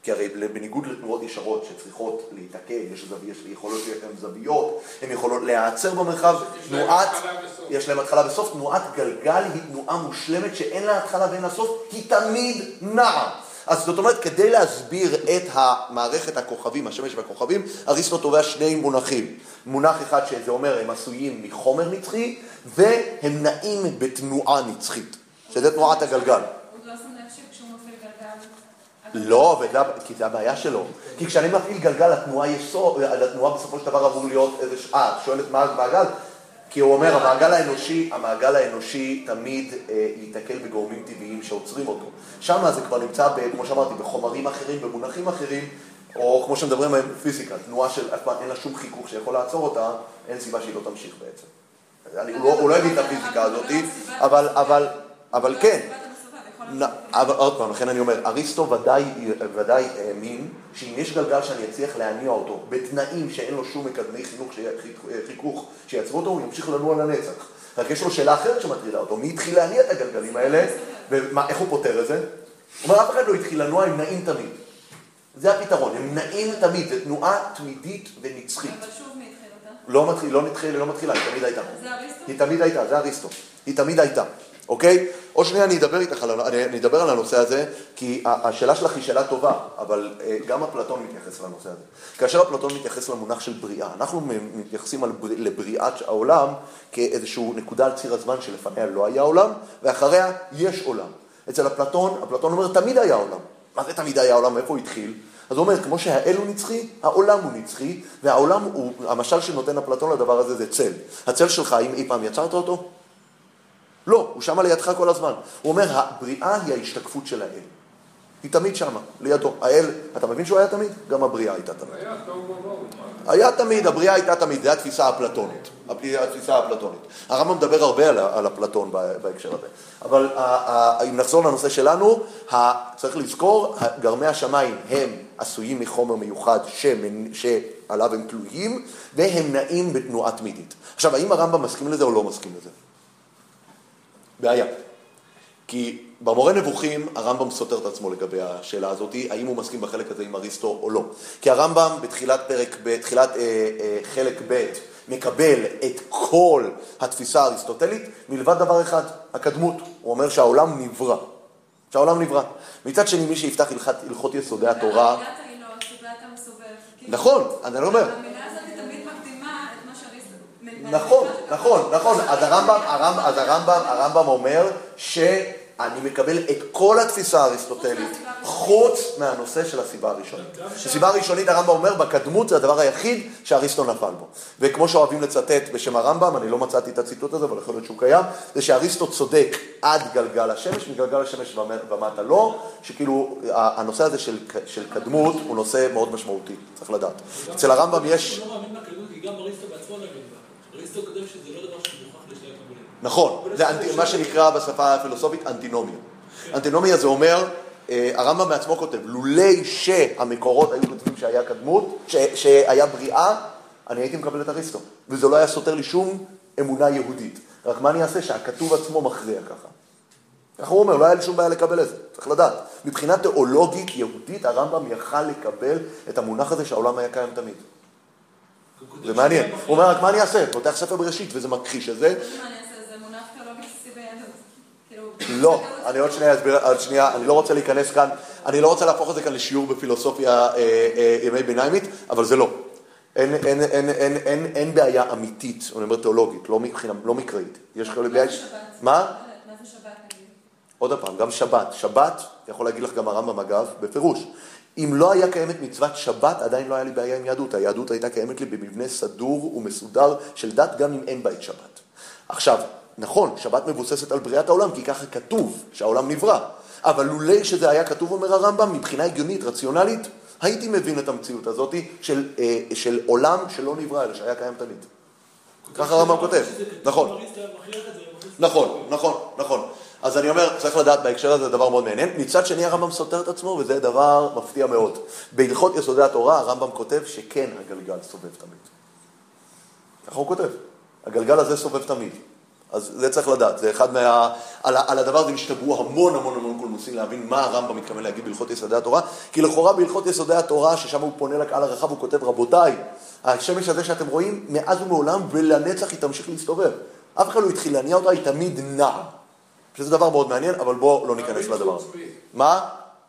כי הרי בניגוד לתנועות ישרות שצריכות להתעכל, יש, זווי, יש יכולות להיות הן זוויות, הן יכולות להיעצר במרחב, תנועת, יש להם התחלה וסוף, תנועת גלגל היא תנועה מושלמת שאין לה התחלה ואין לה סוף, היא תמיד נעה. אז זאת אומרת, כדי להסביר את המערכת הכוכבים, השמש והכוכבים, אריסטו טובע שני מונחים. מונח אחד שזה אומר, הם עשויים מחומר נצחי, והם נעים בתנועה נצחית, שזה תנועת הגלגל. הוא לא שם לב שכשהוא מפעיל גלגל... לא, כי זה הבעיה שלו. כי כשאני מפעיל גלגל, התנועה יסוד, התנועה בסופו של דבר אמור להיות איזה שעה, שואלת מה המעגל? כי הוא אומר, המעגל האנושי, המעגל האנושי תמיד אה, ייתקל בגורמים טבעיים שעוצרים אותו. שם זה כבר נמצא, ב, כמו שאמרתי, בחומרים אחרים, במונחים אחרים, או כמו שמדברים עליהם פיזיקה, תנועה של אף פעם אין לה שום חיכוך שיכול לעצור אותה, אין סיבה שהיא לא תמשיך בעצם. אני, הוא, הוא לא הביא את הפיזיקה הזאת, אבל, אבל, אבל כן. אבל עוד פעם, לכן אני אומר, אריסטו ודאי, ודאי האמין שאם יש גלגל שאני אצליח להניע אותו בתנאים שאין לו שום מקדמי חינוך, חיכוך שיעצרו אותו, הוא ימשיך לנוע לנצח. רק יש לו שאלה אחרת שמטרידה אותו, מי התחיל להניע את הגלגלים האלה, ואיך הוא פותר את זה? הוא אומר, אף אחד לא התחיל לנוע, הם נעים תמיד. זה הפתרון, הם נעים תמיד, זה תנועה תמידית ונצחית. אבל שוב מי התחיל אותה? לא מתחיל, לא מתחיל, לא מתחילה, היא תמיד הייתה. זה אריסטו? היא תמיד הייתה, זה אריסטו. היא תמיד הייתה. אוקיי? או שנייה אני אדבר איתך, אני אדבר על הנושא הזה, כי השאלה שלך היא שאלה טובה, אבל גם אפלטון מתייחס לנושא הזה. כאשר אפלטון מתייחס למונח של בריאה, אנחנו מתייחסים לבריאת העולם כאיזשהו נקודה על ציר הזמן שלפניה לא היה עולם, ואחריה יש עולם. אצל אפלטון, אפלטון אומר, תמיד היה עולם. מה זה תמיד היה עולם? איפה הוא התחיל? אז הוא אומר, כמו שהאל הוא נצחי, העולם הוא נצחי, והעולם הוא, המשל שנותן אפלטון לדבר הזה זה צל. הצל שלך, אם אי פעם יצרת אותו? לא, הוא שמה לידך כל הזמן. הוא אומר, הבריאה היא ההשתקפות של האל. היא תמיד שמה, לידו. האל, אתה מבין שהוא היה תמיד? גם הבריאה הייתה תמיד. היה טוב מאוד. היה תמיד, הבריאה הייתה תמיד, זה התפיסה האפלטונית. התפיסה האפלטונית. הרמב"ם מדבר הרבה על, על אפלטון בהקשר הזה. אבל אם נחזור לנושא שלנו, צריך לזכור, גרמי השמיים הם עשויים מחומר מיוחד שעליו הם תלויים, והם נעים בתנועה תמידית. עכשיו, האם הרמב"ם מסכים לזה או לא מסכים לזה? בעיה. כי במורה נבוכים הרמב"ם סותר את עצמו לגבי השאלה הזאת, האם הוא מסכים בחלק הזה עם אריסטו או לא. כי הרמב"ם בתחילת פרק, בתחילת אה, אה, חלק ב' מקבל את כל התפיסה האריסטוטלית, מלבד דבר אחד, הקדמות. הוא אומר שהעולם נברא. שהעולם נברא. מצד שני, מי שיפתח הלכת, הלכות יסודי התורה... המילה היא לא, סוגת המסובב. נכון, אני לא אומר. המילה הזאת תמיד מקדימה את מה שאריסטו... נכון, נכון, נכון. אז הרמב"ם, הרמב"ם, אז הרמב"ם, הרמב"ם אומר שאני מקבל את כל התפיסה האריסטוטלית, חוץ מהנושא של הסיבה הראשונית. הסיבה הראשונית, הרמב"ם אומר, בקדמות זה הדבר היחיד שאריסטו נפל בו. וכמו שאוהבים לצטט בשם הרמב"ם, אני לא מצאתי את הציטוט הזה, אבל יכול להיות שהוא קיים, זה שאריסטו צודק עד גלגל השמש, מגלגל השמש ומטה לא, שכאילו הנושא הזה של, של קדמות הוא נושא מאוד משמעותי, צריך לדעת. אצל הרמב"ם יש... הוא לא מאמין בקדמות, כי גם אריסטו בעצמו לא מאמין בה. אריסטו כותב שזה לא דבר שמוכח לשני הקבולים. נכון, זה אנט... מה שנקרא בשפה הפילוסופית אנטינומיה. אנטינומיה זה אומר, הרמב"ם בעצמו כותב, לולי שהמקורות היו כותבים שהיה קדמות, ש... שהיה בריאה, אני הייתי מקבל את אריסטו. וזה לא היה סותר לי שום אמונה יהודית. רק מה אני אעשה? שהכתוב עצמו מכריע ככה. ככה הוא אומר, לא היה לי שום בעיה לקבל את זה. צריך לדעת. מבחינה תיאולוגית יהודית, הרמב"ם יכל לקבל את המונח הזה שהעולם היה קיים תמיד. זה מעניין. הוא אומר, רק מה אני אעשה? פותח ספר בראשית, וזה מכחיש את זה. מה אני אעשה? זה מונח תיאולוגי בסיסי ביהדות. לא, אני עוד שנייה אסביר, עוד שנייה, אני לא רוצה להיכנס כאן, אני לא רוצה להפוך את זה כאן לשיעור בפילוסופיה ימי ביניימית, אבל זה לא. אין, אין, אין, אין, אין, אין בעיה אמיתית, אני אומר תיאולוגית, לא מבחינה, לא מקראית. יש חלק בעיה... מה? מה זה שבת נגיד? עוד פעם, גם שבת. שבת, יכול להגיד לך גם הרמב"ם אגב, בפירוש. אם לא היה קיימת מצוות שבת, עדיין לא היה לי בעיה עם יהדות. היהדות הייתה קיימת לי במבנה סדור ומסודר של דת, גם אם אין בה את שבת. עכשיו, נכון, שבת מבוססת על בריאת העולם, כי ככה כתוב שהעולם נברא. אבל לולי שזה היה כתוב, אומר הרמב"ם, מבחינה הגיונית, רציונלית, הייתי מבין את המציאות הזאת של, של עולם שלא נברא, אלא שהיה קיים תמיד. ככה הרמב"ם כותב. נכון. נכון, נכון, נכון. אז אני אומר, צריך לדעת בהקשר הזה דבר מאוד מעניין. מצד שני הרמב"ם סותר את עצמו, וזה דבר מפתיע מאוד. בהלכות יסודי התורה, הרמב"ם כותב שכן הגלגל סובב תמיד. ככה הוא כותב. הגלגל הזה סובב תמיד. אז זה צריך לדעת, זה אחד מה... על, על הדבר הזה נשתגעו המון המון המון קולמוסים להבין מה הרמב"ם מתכוון להגיד בהלכות יסודי התורה, כי לכאורה בהלכות יסודי התורה, ששם הוא פונה לקהל הרחב, הוא כותב, רבותיי, השמש הזה שאתם רואים, מאז ומעולם ולנצח היא תמשיך להסתובב. אף אחד לא התחיל להניע אותה, היא תמיד נעה. שזה דבר מאוד מעניין, אבל בואו לא ניכנס לדבר הזה. מה?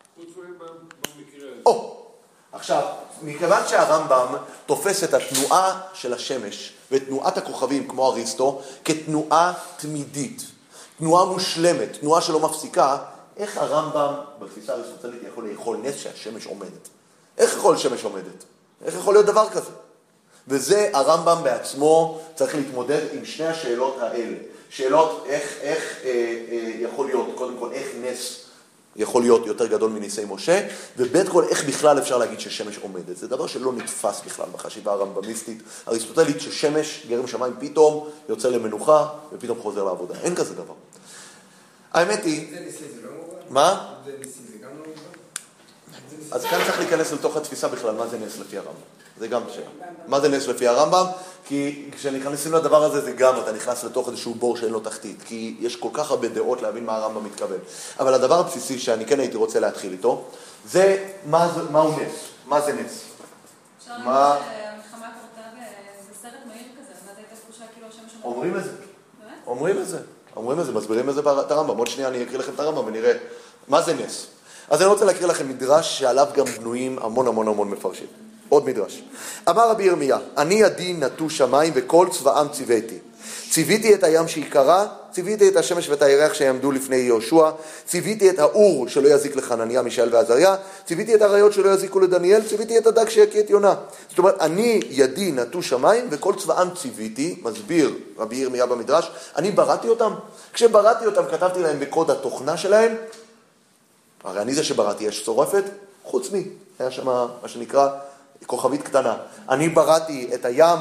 או, עכשיו, מכיוון שהרמב"ם תופס את התנועה של השמש ותנועת הכוכבים, כמו אריסטו, כתנועה תמידית, תנועה מושלמת, תנועה שלא מפסיקה, איך הרמב"ם בתפיסה האריסטוטלית יכול לאכול נס שהשמש עומדת? איך יכול שמש עומדת? איך יכול להיות דבר כזה? וזה הרמב"ם בעצמו צריך להתמודד עם שני השאלות האלה. שאלות איך, איך אה, אה, יכול להיות, קודם כל, איך נס יכול להיות יותר גדול מניסי משה, ובית כל איך בכלל אפשר להגיד ששמש עומדת. זה דבר שלא נתפס בכלל בחשיבה הרמב"מיסטית, אריסטוטלית, ששמש, גרם שמיים, פתאום יוצא למנוחה ופתאום חוזר לעבודה. אין כזה דבר. האמת היא... זה ניסי, זה לא מובן? מה? זה ניסי, זה גם לא מובן? אז כאן צריך להיכנס לתוך התפיסה בכלל, מה זה נס לפי הרמב"ם. זה גם שאלה. מה זה נס לפי הרמב"ם? כי כשנכנסים לדבר הזה, זה גם, אתה נכנס לתוך איזשהו בור שאין לו תחתית, כי יש כל כך הרבה דעות להבין מה הרמב"ם מתכוון. אבל הדבר הבסיסי שאני כן הייתי רוצה להתחיל איתו, זה מה, זה, מה הוא נס, מה זה נס. אפשר להגיד מה... שהמלחמה קורתה בסרט מהיר כזה, מה זה הייתה תחושה כאילו השם שמור? אומרים את זה. באמת? אומרים את זה. אומרים את זה, מסבירים את זה את הרמב"ם. עוד שנייה אני אקריא לכם את הרמב"ם ונראה מה זה נס. אז אני רוצה להקריא לכם מדרש שעליו גם בנויים המון המון המון מפרשים. עוד מדרש. אמר רבי ירמיה, אני ידי נטו שמיים וכל צבאם ציוויתי. ציוויתי את הים שיקרא, ציוויתי את השמש ואת הירח שיעמדו לפני יהושע, ציוויתי את האור שלא יזיק לחנניה, מישאל ועזריה, ציוויתי את האריות שלא יזיקו לדניאל, ציוויתי את הדג שיקיא את יונה. זאת אומרת, אני ידי נטו שמיים וכל צבאם ציוויתי, מסביר רבי ירמיה במדרש, אני בראתי אותם. כשבראתי אותם כתבתי להם בקוד התוכנה שלהם, הרי אני זה שבראתי, יש צורפת, חוץ מי, היה שם מה שנקרא כוכבית קטנה. אני בראתי את הים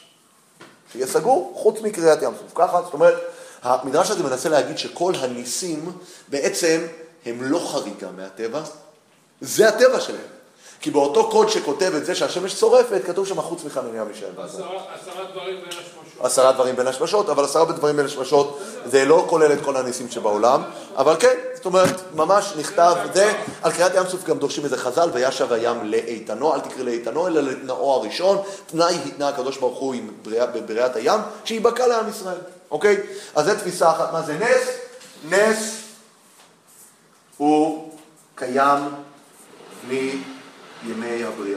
שיהיה סגור, חוץ מקריאת ים סוף. ככה, זאת אומרת, המדרש הזה מנסה להגיד שכל הניסים בעצם הם לא חריגה מהטבע, זה הטבע שלהם. כי באותו קוד שכותב את זה שהשמש צורפת, כתוב שם חוץ מחנניה מישאל. עשרה דברים בין השמשות. עשרה דברים בין השמשות, אבל עשרה דברים בין השמשות זה לא כולל את כל הניסים שבעולם, אבל כן, זאת אומרת, ממש נכתב, זה, על קריאת ים סוף גם דורשים איזה חז"ל, וישב הים לאיתנו, אל תקרא לאיתנו, אלא לתנאו הראשון, תנאי התנה הקדוש ברוך הוא עם בריאת הים, שיבקע לעם ישראל, אוקיי? אז זו תפיסה אחת, מה זה נס? נס הוא קיים מימי הבריאה.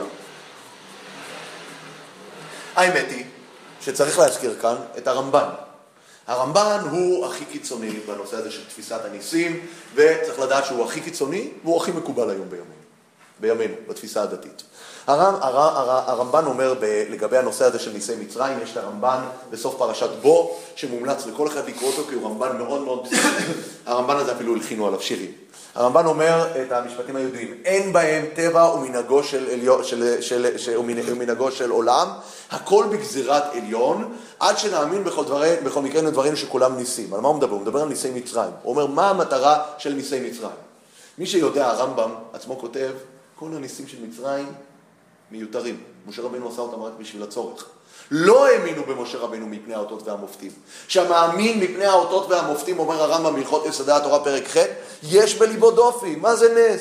האמת היא שצריך להזכיר כאן את הרמב"ן. הרמב"ן הוא הכי קיצוני בנושא הזה של תפיסת הניסים, וצריך לדעת שהוא הכי קיצוני, והוא הכי מקובל היום בימינו, בימינו, בתפיסה הדתית. הרמ, הר, הר, הרמב"ן אומר ב, לגבי הנושא הזה של ניסי מצרים, יש את הרמב"ן בסוף פרשת בו, שמומלץ לכל אחד לקרוא אותו, כי הוא רמב"ן מאוד מאוד בסיסי. הרמב"ן הזה אפילו הלחינו עליו שירים. הרמב"ן אומר את המשפטים היהודיים, אין בהם טבע ומנהגו של, עליון, של, של, של, ומנהגו של עולם, הכל בגזירת עליון, עד שנאמין בכל, דברי, בכל מקרה דברים שכולם ניסים. על מה הוא מדבר? הוא מדבר על ניסי מצרים. הוא אומר, מה המטרה של ניסי מצרים? מי שיודע, הרמב"ם עצמו כותב, כל הניסים של מצרים מיותרים. משה רבינו עשה אותם רק בשביל הצורך. לא האמינו במשה רבינו מפני האותות והמופתים. שהמאמין מפני האותות והמופתים, אומר הרמב"ם בהלכות יסודי התורה פרק ח', יש בליבו דופי. מה זה נס?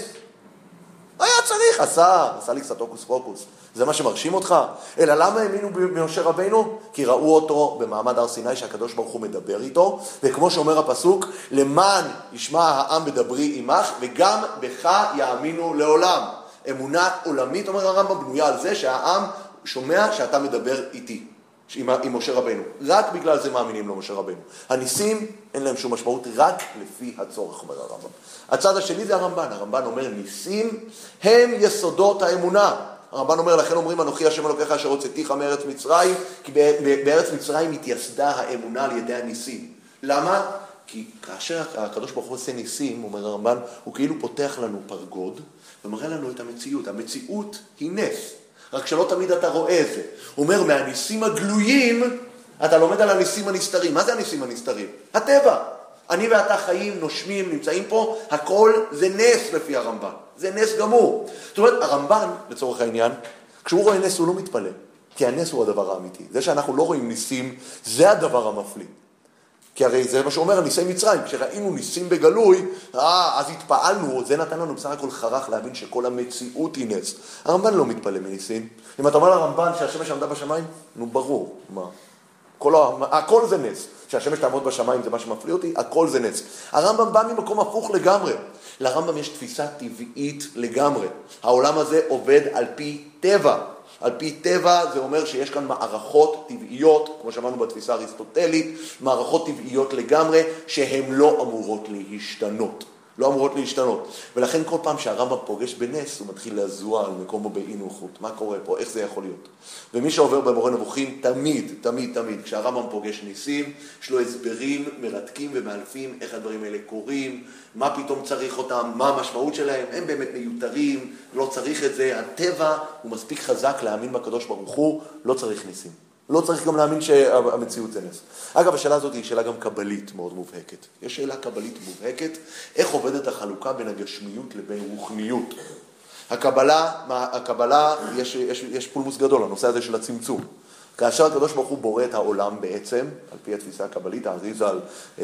היה צריך, עשה, עשה לי קצת הוקוס פוקוס. זה מה שמרשים אותך? אלא למה האמינו במשה רבינו? כי ראו אותו במעמד הר סיני שהקדוש ברוך הוא מדבר איתו, וכמו שאומר הפסוק, למען ישמע העם בדברי עמך, וגם בך יאמינו לעולם. אמונה עולמית, אומר הרמב"ם, בנויה על זה שהעם שומע שאתה מדבר איתי, עם, עם משה רבינו. רק בגלל זה מאמינים לו משה רבינו. הניסים אין להם שום משמעות, רק לפי הצורך, אומר הרמב"ם. הצד השני זה הרמב"ן. הרמב"ן אומר, ניסים הם יסודות האמונה. הרמב"ן אומר, לכן אומרים, אנוכי השם אלוקיך אשר הוצאתיך מארץ מצרים, כי בארץ מצרים התייסדה האמונה על ידי הניסים. למה? כי כאשר הקדוש ברוך הוא עושה ניסים, אומר הרמב"ן, הוא כאילו פותח לנו פרגוד, ומראה לנו את המציאות. המציאות היא נס. רק שלא תמיד אתה רואה את זה. הוא אומר, מהניסים הגלויים, אתה לומד על הניסים הנסתרים. מה זה הניסים הנסתרים? הטבע. אני ואתה חיים, נושמים, נמצאים פה, הכל זה נס לפי הרמב"ן. זה נס גמור. זאת אומרת, הרמב"ן, לצורך העניין, כשהוא רואה נס הוא לא מתפלא, כי הנס הוא הדבר האמיתי. זה שאנחנו לא רואים ניסים, זה הדבר המפליא. כי הרי זה מה שאומר על ניסי מצרים, כשראינו ניסים בגלוי, אה, אז התפעלנו, זה נתן לנו בסך הכל חרך להבין שכל המציאות היא נס. הרמב"ן לא מתפלא מניסים. אם אתה אומר לרמב"ן שהשמש עמדה בשמיים, נו ברור, מה? כל, הכל זה נס. שהשמש תעמוד בשמיים זה מה שמפליא אותי, הכל זה נס. הרמב"ם בא ממקום הפוך לגמרי. לרמב"ם יש תפיסה טבעית לגמרי. העולם הזה עובד על פי טבע. על פי טבע זה אומר שיש כאן מערכות טבעיות, כמו שאמרנו בתפיסה האריסטוטלית, מערכות טבעיות לגמרי שהן לא אמורות להשתנות. לא אמורות להשתנות. ולכן כל פעם שהרמב"ם פוגש בנס, הוא מתחיל לזוע על מקומו באי נוחות. מה קורה פה? איך זה יכול להיות? ומי שעובר במורה נבוכים, תמיד, תמיד, תמיד, כשהרמב"ם פוגש ניסים, יש לו הסברים מרתקים ומאלפים איך הדברים האלה קורים, מה פתאום צריך אותם, מה המשמעות שלהם, הם באמת מיותרים, לא צריך את זה. הטבע הוא מספיק חזק להאמין בקדוש ברוך הוא, לא צריך ניסים. לא צריך גם להאמין שהמציאות זה נס. אגב, השאלה הזאת היא שאלה גם קבלית מאוד מובהקת. יש שאלה קבלית מובהקת, איך עובדת החלוקה בין הגשמיות לבין רוחניות. הקבלה, הקבלה יש, יש, יש פולמוס גדול, הנושא הזה של הצמצום. כאשר הקדוש ברוך הוא בורא את העולם בעצם, על פי התפיסה הקבלית, האריז"ל,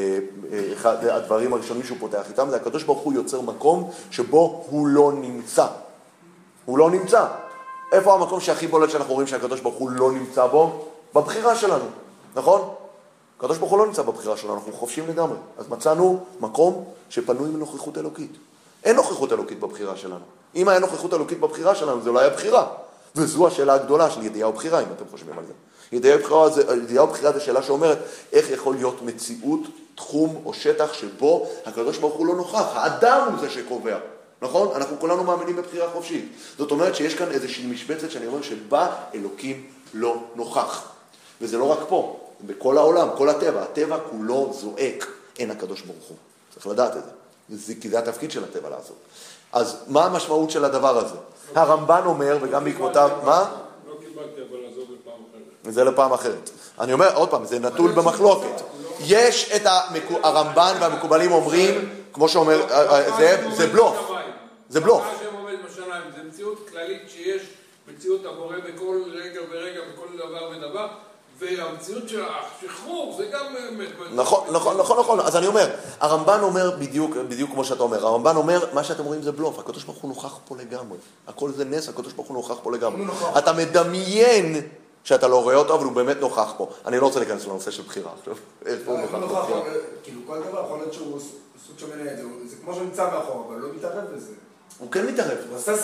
אחד הדברים הראשונים שהוא פותח איתם, זה הקדוש ברוך הוא יוצר מקום שבו הוא לא נמצא. הוא לא נמצא. איפה המקום שהכי בולט שאנחנו רואים שהקדוש ברוך הוא לא נמצא בו? בבחירה שלנו, נכון? הקדוש ברוך הוא לא נמצא בבחירה שלנו, אנחנו חופשים לגמרי. אז מצאנו מקום שפנוי מנוכחות אלוקית. אין נוכחות אלוקית בבחירה שלנו. אם היה נוכחות אלוקית בבחירה שלנו, זה לא היה בחירה. וזו השאלה הגדולה של ידיעה ובחירה, אם אתם חושבים על זה. ידיעה ובחירה זה, ידיעה ובחירה זה שאלה שאומרת איך יכול להיות מציאות, תחום או שטח שבו הקדוש ברוך הוא לא נוכח. האדם הוא זה שקובע. נכון? אנחנו כולנו מאמינים בבחירה חופשית. זאת אומרת שיש כאן איזושהי משבצת שאני אומר שבה אלוקים לא נוכח. וזה לא רק פה, בכל העולם, כל הטבע. הטבע כולו זועק, אין הקדוש ברוך הוא. צריך לדעת את זה. כי זה התפקיד של הטבע לעשות. אז מה המשמעות של הדבר הזה? הרמב"ן אומר, וגם בעקבותיו, מה? לא קיבלתי, אבל לעזוב לפעם אחרת. זה לפעם אחרת. אני אומר, עוד פעם, זה נטול במחלוקת. יש את הרמב"ן והמקובלים אומרים, כמו שאומר, זה בלוף. זה בלוף. מה שהם עומד בשמיים, זה מציאות כללית שיש מציאות הבורא בכל רגע ורגע, בכל דבר ודבר, והמציאות של השחרור זה גם... נכון, נכון, נכון, נכון. אז אני אומר, הרמב"ן אומר בדיוק, בדיוק כמו שאתה אומר, הרמב"ן אומר, מה שאתם רואים זה בלוף, הקדוש ברוך הוא נוכח פה לגמרי. הכל זה נס, הקדוש ברוך הוא נוכח פה לגמרי. אתה מדמיין שאתה לא רואה אותו, אבל הוא באמת נוכח פה. אני לא רוצה להיכנס לנושא של בחירה. איפה הוא נוכח פה? כאילו, כל דבר יכול להיות שהוא סוג שמנה את זה, זה כמו שנמצא מאחור, אבל לא מתערב בזה. הוא כן מתערב.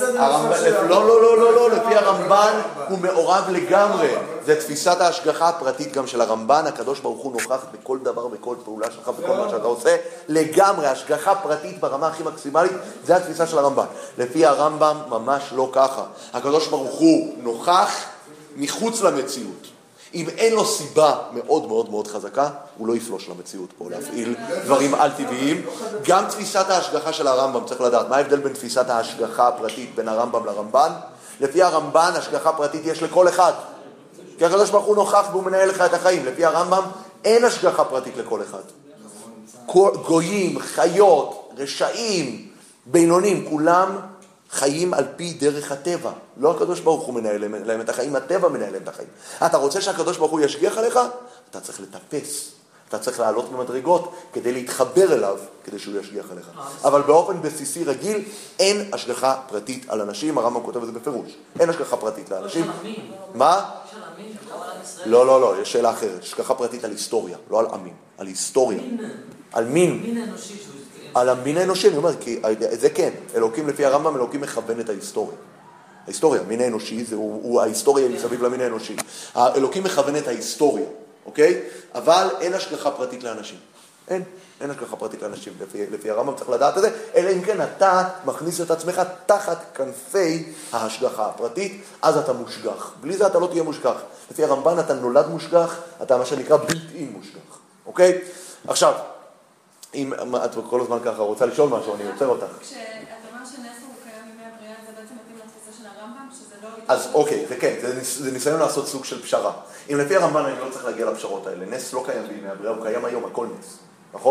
לא, לא, לא, לא, לא, לפי הרמב"ן הוא מעורב לגמרי. זה תפיסת ההשגחה הפרטית גם של הרמב"ן, הקדוש ברוך הוא נוכח בכל דבר, בכל פעולה שלך, בכל מה שאתה עושה. לגמרי, השגחה פרטית ברמה הכי מקסימלית, זה התפיסה של הרמב"ן. לפי הרמב"ם ממש לא ככה. הקדוש ברוך הוא נוכח מחוץ למציאות. אם אין לו סיבה מאוד מאוד מאוד חזקה, הוא לא יפלוש למציאות פה, להפעיל דברים על טבעיים. גם תפיסת ההשגחה של הרמב"ם, צריך לדעת, מה ההבדל בין תפיסת ההשגחה הפרטית בין הרמב"ם לרמב"ן? לפי הרמב"ן, השגחה פרטית יש לכל אחד. כי הקדוש ברוך הוא נוכח והוא מנהל לך את החיים. לפי הרמב"ם, אין השגחה פרטית לכל אחד. גויים, חיות, רשעים, בינונים, כולם חיים על פי דרך הטבע. לא הקדוש ברוך הוא מנהל להם את החיים, הטבע מנהל להם את החיים. אתה רוצה שהקדוש ברוך הוא ישגיח עליך? אתה צריך לטפס. אתה צריך לעלות במדרגות כדי להתחבר אליו, כדי שהוא ישגיח עליך. אבל באופן בסיסי רגיל, אין השגחה פרטית על אנשים. הרמב"ם כותב את זה בפירוש. אין השגחה פרטית לאנשים. מה? לא, לא, לא, יש שאלה אחרת. השגחה פרטית על היסטוריה, לא על עמים. על היסטוריה. על מין. מין האנושי. על המין האנושי, אני אומר, כי זה כן, אלוקים לפי הרמב"ם, אלוקים מכוון את ההיסטוריה. ההיסטוריה, מין האנושי, זה, הוא, הוא ההיסטוריה מסביב למין האנושי. האלוקים מכוון את ההיסטוריה, אוקיי? אבל אין השגחה פרטית לאנשים. אין, אין השגחה פרטית לאנשים. לפי, לפי הרמב"ם צריך לדעת את זה, אלא אם כן אתה מכניס את עצמך תחת כנפי ההשגחה הפרטית, אז אתה מושגח. בלי זה אתה לא תהיה מושגח. לפי הרמב"ן אתה נולד מושגח, אתה מה שנקרא בלתי מושגח, אוקיי? עכשיו, אם את כל הזמן ככה רוצה לשאול משהו, אני יוצר אותך. כשאת אומר שנס הוא קיים בימי הבריאה, זה בעצם מתאים לתפיסה של הרמב"ם, שזה לא... אז אוקיי, זה כן, זה ניסיון לעשות סוג של פשרה. אם לפי הרמב"ן אני לא צריך להגיע לפשרות האלה, נס לא קיים בימי הבריאה, הוא קיים היום, הכל נס, נכון?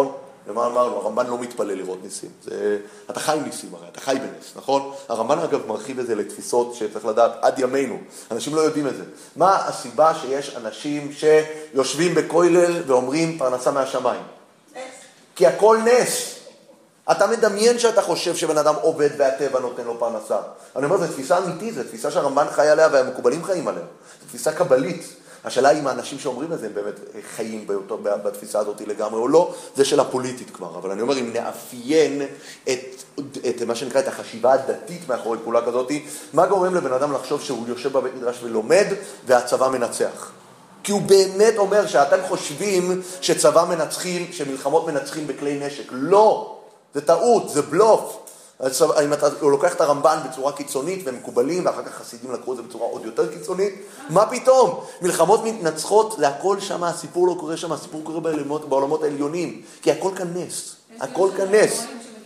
ומה אמרנו? הרמב"ן לא מתפלל לראות ניסים. זה, אתה חי ניסים הרי, אתה חי בנס, נכון? הרמב"ן אגב מרחיב את זה לתפיסות שצריך לדעת עד ימינו. אנשים לא יודעים את זה. מה הסיבה שיש אנשים שיושבים בכולל ואומרים פרנסה מהשמיים? נס. כי הכל נס. אתה מדמיין שאתה חושב שבן אדם עובד והטבע נותן לו פרנסה. אני אומר, זו תפיסה אמיתית, זו תפיסה שהרמב"ן חי עליה והמקובלים חיים עליה. זו תפיסה קבלית. השאלה היא אם האנשים שאומרים את זה הם באמת חיים באותו, בתפיסה הזאת לגמרי או לא, זה שאלה פוליטית כבר. אבל אני אומר, אם נאפיין את, את מה שנקרא את החשיבה הדתית מאחורי פעולה כזאת, מה גורם לבן אדם לחשוב שהוא יושב בבית מדרש ולומד והצבא מנצח? כי הוא באמת אומר שאתם חושבים שצבא מנצחים, שמלחמות מנצחים בכלי נשק. לא! זה טעות, זה בלוף. אם אתה לוקח את הרמב"ן בצורה קיצונית ומקובלים, ואחר כך חסידים לקחו את זה בצורה עוד יותר קיצונית, מה פתאום? מלחמות מתנצחות, זה הכל שם, הסיפור לא קורה שם, הסיפור קורה בעולמות, בעולמות העליונים, כי הכל כאן נס, הכל כאן נס.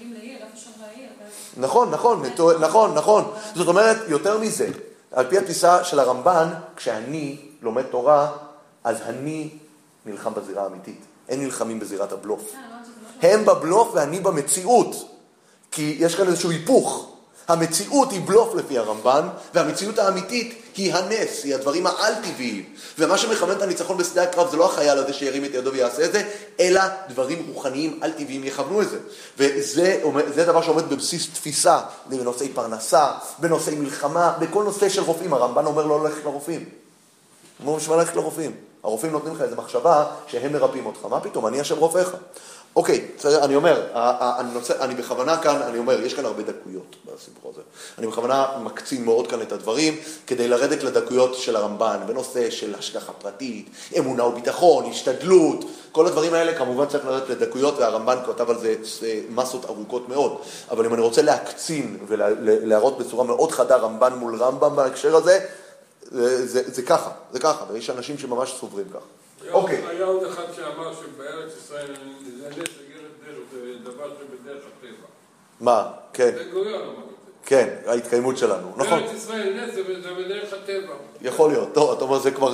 נכון, נכון, נכון, נכון. זאת אומרת, יותר מזה, על פי התפיסה של הרמב"ן, כשאני לומד תורה, אז אני נלחם בזירה האמיתית. הם נלחמים בזירת הבלוף. הם בבלוף ואני במציאות. כי יש כאן איזשהו היפוך. המציאות היא בלוף לפי הרמב"ן, והמציאות האמיתית היא הנס, היא הדברים העל-טבעיים. ומה שמכוון את הניצחון בשדה הקרב זה לא החייל הזה שירים את ידו ויעשה את זה, אלא דברים רוחניים על-טבעיים יכוונו את זה. וזה זה דבר שעומד בבסיס תפיסה, בנושאי פרנסה, בנושאי מלחמה, בכל נושא של רופאים. הרמב"ן אומר לא ללכת לרופאים. הוא אומר שמה ללכת לרופאים. הרופאים נותנים לך איזו מחשבה שהם מרפאים אותך. מה פתאום? אני אשם רופאיך. אוקיי, אני אומר, אני, נוצא, אני בכוונה כאן, אני אומר, יש כאן הרבה דקויות בסיפור הזה. אני בכוונה מקצין מאוד כאן את הדברים, כדי לרדת לדקויות של הרמב"ן, בנושא של השגחה פרטית, אמונה וביטחון, השתדלות, כל הדברים האלה כמובן צריך לרדת לדקויות, והרמב"ן כותב על זה מסות ארוכות מאוד. אבל אם אני רוצה להקצין ולהראות בצורה מאוד חדה רמב"ן מול רמב"ם בהקשר הזה, זה, זה, זה ככה, זה ככה, ויש אנשים שממש סוברים ככה. אוקיי. היה עוד אחד שאמר שבארץ ישראל זה נס לגרת דרך, זה דבר שבדרך הטבע. מה? כן. זה גוריון אמר את זה. כן, ההתקיימות שלנו, נכון. בארץ ישראל נס זה בדרך הטבע. יכול להיות, טוב, אתה אומר זה כבר...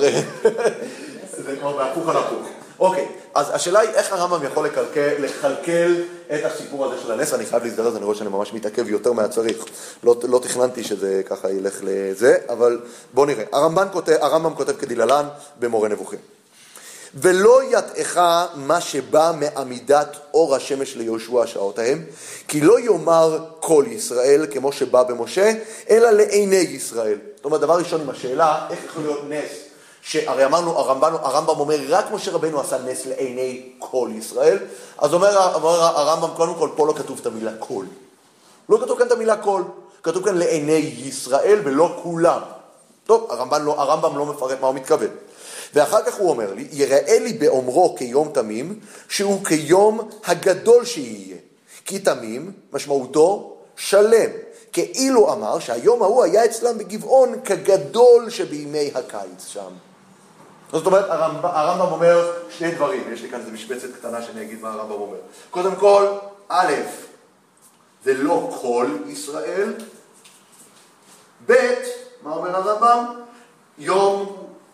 זה כבר בהפוך על הפוך. אוקיי, אז השאלה היא איך הרמב"ם יכול לקלקל, לחלקל את הסיפור הזה של הנס. אני חייב להזדרז, אני רואה שאני ממש מתעכב יותר מהצריך. לא, לא תכננתי שזה ככה ילך לזה, אבל בוא נראה. הרמב"ם כותב, הרמב"ם כותב כדלהלן במורה נבוכים. ולא יתאך מה שבא מעמידת אור השמש ליהושע השעות ההם, כי לא יאמר כל ישראל כמו שבא במשה, אלא לעיני ישראל. זאת אומרת, דבר ראשון עם השאלה, איך יכול להיות נס? שהרי אמרנו, הרמב"ם, הרמב"ם אומר, רק משה רבנו עשה נס לעיני כל ישראל, אז אומר, אומר הרמב"ם, קודם כל, פה לא כתוב את המילה כל. לא כתוב כאן את המילה כל, כתוב כאן לעיני ישראל ולא כולם. טוב, הרמב"ם לא, הרמב"ם לא מפרט מה הוא מתכוון. ואחר כך הוא אומר לי, יראה לי באומרו כיום תמים, שהוא כיום הגדול שיהיה. כי תמים, משמעותו, שלם. כאילו אמר שהיום ההוא היה אצלם בגבעון כגדול שבימי הקיץ שם. זאת אומרת, הרמב"ם, הרמב"ם אומר שני דברים. יש לי כאן איזו משבצת קטנה שאני אגיד מה הרמב"ם אומר. קודם כל, א', זה לא כל ישראל. ב', מה אומר הרמב"ם? יום...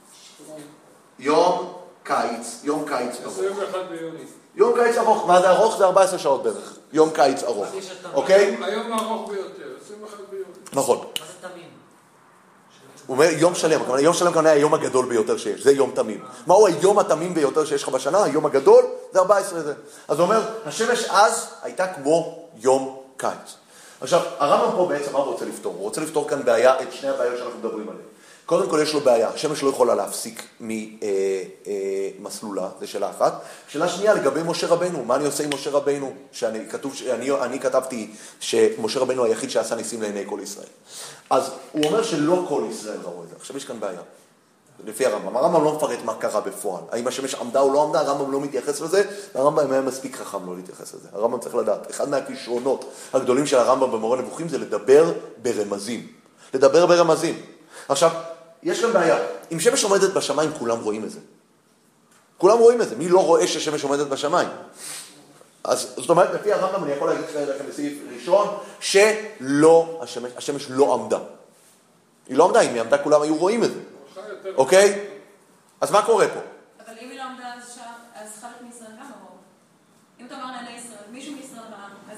יום קיץ, יום קיץ ארוך. עשרים ואחד ביוני. יום קיץ ארוך, מה זה ארוך? זה ארבע עשרה שעות בערך. יום קיץ ארוך, אוקיי? היום הארוך ביותר, עשרים ואחד ביוני. נכון. מה זה תמים? הוא אומר יום שלם, יום שלם כאן היה היום הגדול ביותר שיש, זה יום תמים. מהו היום התמים ביותר שיש לך בשנה? היום הגדול זה ארבע עשרה זה. אז הוא אומר, השמש אז הייתה כמו יום קיץ. עכשיו, הרמב"ם פה בעצם מה הוא רוצה לפתור? הוא רוצה לפתור כאן בעיה, את שני הבעיות שאנחנו מדברים עליהן. קודם כל יש לו בעיה, השמש לא יכולה להפסיק ממסלולה, זה שאלה אחת. שאלה שנייה, לגבי משה רבנו, מה אני עושה עם משה רבנו? שאני, כתוב, אני, אני כתבתי שמשה רבנו היחיד שעשה ניסים לעיני כל ישראל. אז הוא אומר שלא כל ישראל ראו את זה. עכשיו יש כאן בעיה, לפי הרמב"ם. הרמב"ם לא מפרט מה קרה בפועל. האם השמש עמדה או לא עמדה, הרמב"ם לא מתייחס לזה, והרמב"ם היה מספיק חכם לא להתייחס לזה. הרמב"ם צריך לדעת, אחד מהכישרונות הגדולים של הרמב"ם במורה נבוכים זה לדבר ברמזים. לדבר ברמזים. עכשיו, יש כאן בעיה. אם שמש עומדת בשמיים, כולם רואים את זה. כולם רואים את זה. מי לא רואה ששמש עומדת בשמיים? אז זאת אומרת, לפי הרמב"ם, אני יכול להגיד לכם בסעיף ראשון, שלא, השמש, השמש לא עמדה. היא לא עמדה, אם היא עמדה, כולם היו רואים את זה. אוקיי? אז מה קורה פה? אבל אם היא לא עמדה, אז חלק מישראל גם אמרו. אם אתה אומר לעיני ישראל,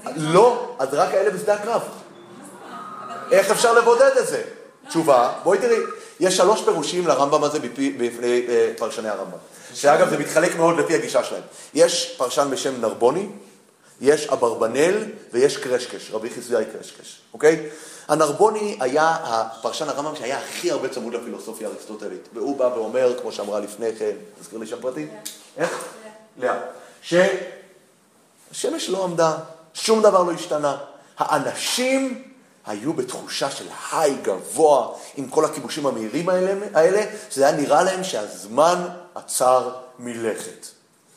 לא, אז רק האלה בשדה הקרב. איך אפשר לבודד את זה? תשובה, בואי תראי, יש שלוש פירושים לרמב"ם הזה בפני פרשני הרמב"ם. שאגב, זה מתחלק מאוד לפי הגישה שלהם. יש פרשן בשם נרבוני, יש אברבנאל ויש קרשקש, רבי חזקיה קרשקש, אוקיי? הנרבוני היה הפרשן הרמב"ם שהיה הכי הרבה צמוד לפילוסופיה האריסטוטלית. והוא בא ואומר, כמו שאמרה לפני כן, תזכיר לי שם פרטי? איך? לאה. שהשמש לא עמדה, שום דבר לא השתנה. האנשים היו בתחושה של היי גבוה עם כל הכיבושים המהירים האלה, שזה היה נראה להם שהזמן עצר מלכת.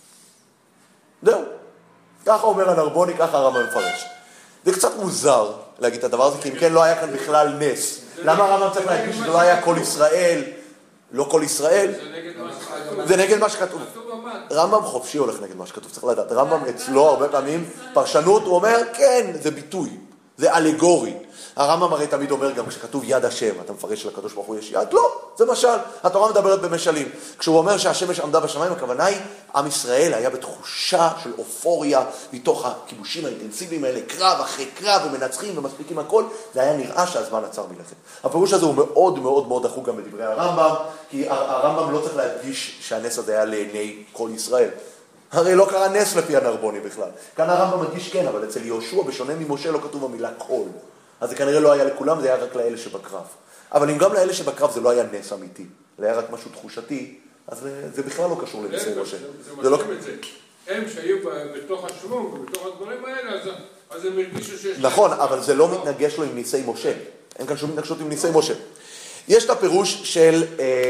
זהו. ככה אומר הנרבוני, ככה הרמב"ם מפרש. זה קצת מוזר להגיד את הדבר הזה, כי אם כן לא היה כאן בכלל נס. למה הרמב"ם צריך להגיד שזה לא היה כל ישראל? לא כל ישראל? זה נגד מה שכתוב. רמב"ם חופשי הולך נגד מה שכתוב, צריך לדעת. רמב"ם אצלו הרבה פעמים פרשנות, הוא אומר, כן, זה ביטוי, זה אלגורי. הרמב"ם הרי תמיד אומר גם כשכתוב יד השם, אתה מפרש שלקדוש ברוך הוא יש יד? לא, זה משל. התורה מדברת במשלים. כשהוא אומר שהשמש עמדה בשמיים, הכוונה היא, עם ישראל היה בתחושה של אופוריה מתוך הכיבושים האינטנסיביים האלה, קרב אחרי קרב ומנצחים ומספיקים הכל, זה היה נראה שהזמן עצר מלכת. הפירוש הזה הוא מאוד מאוד מאוד דחוק גם בדברי הרמב"ם, כי הרמב"ם לא צריך להדגיש שהנס הזה היה לעיני כל ישראל. הרי לא קרה נס לפי הנרבוני בכלל. כאן הרמב"ם מדגיש כן, אבל אצל יהושע בשונה ממשה לא כתוב המילה כל. אז זה כנראה לא היה לכולם, זה היה רק לאלה שבקרב. אבל אם גם לאלה שבקרב זה לא היה נס אמיתי, זה היה רק משהו תחושתי, אז זה בכלל לא קשור לניסי משה. זה משלים את זה. הם שהיו בתוך השמום ובתוך הדברים האלה, אז הם הרגישו שיש... נכון, אבל זה לא מתנגש לו עם ניסי משה. אין כאן שום התנגשות עם ניסי משה. יש את הפירוש של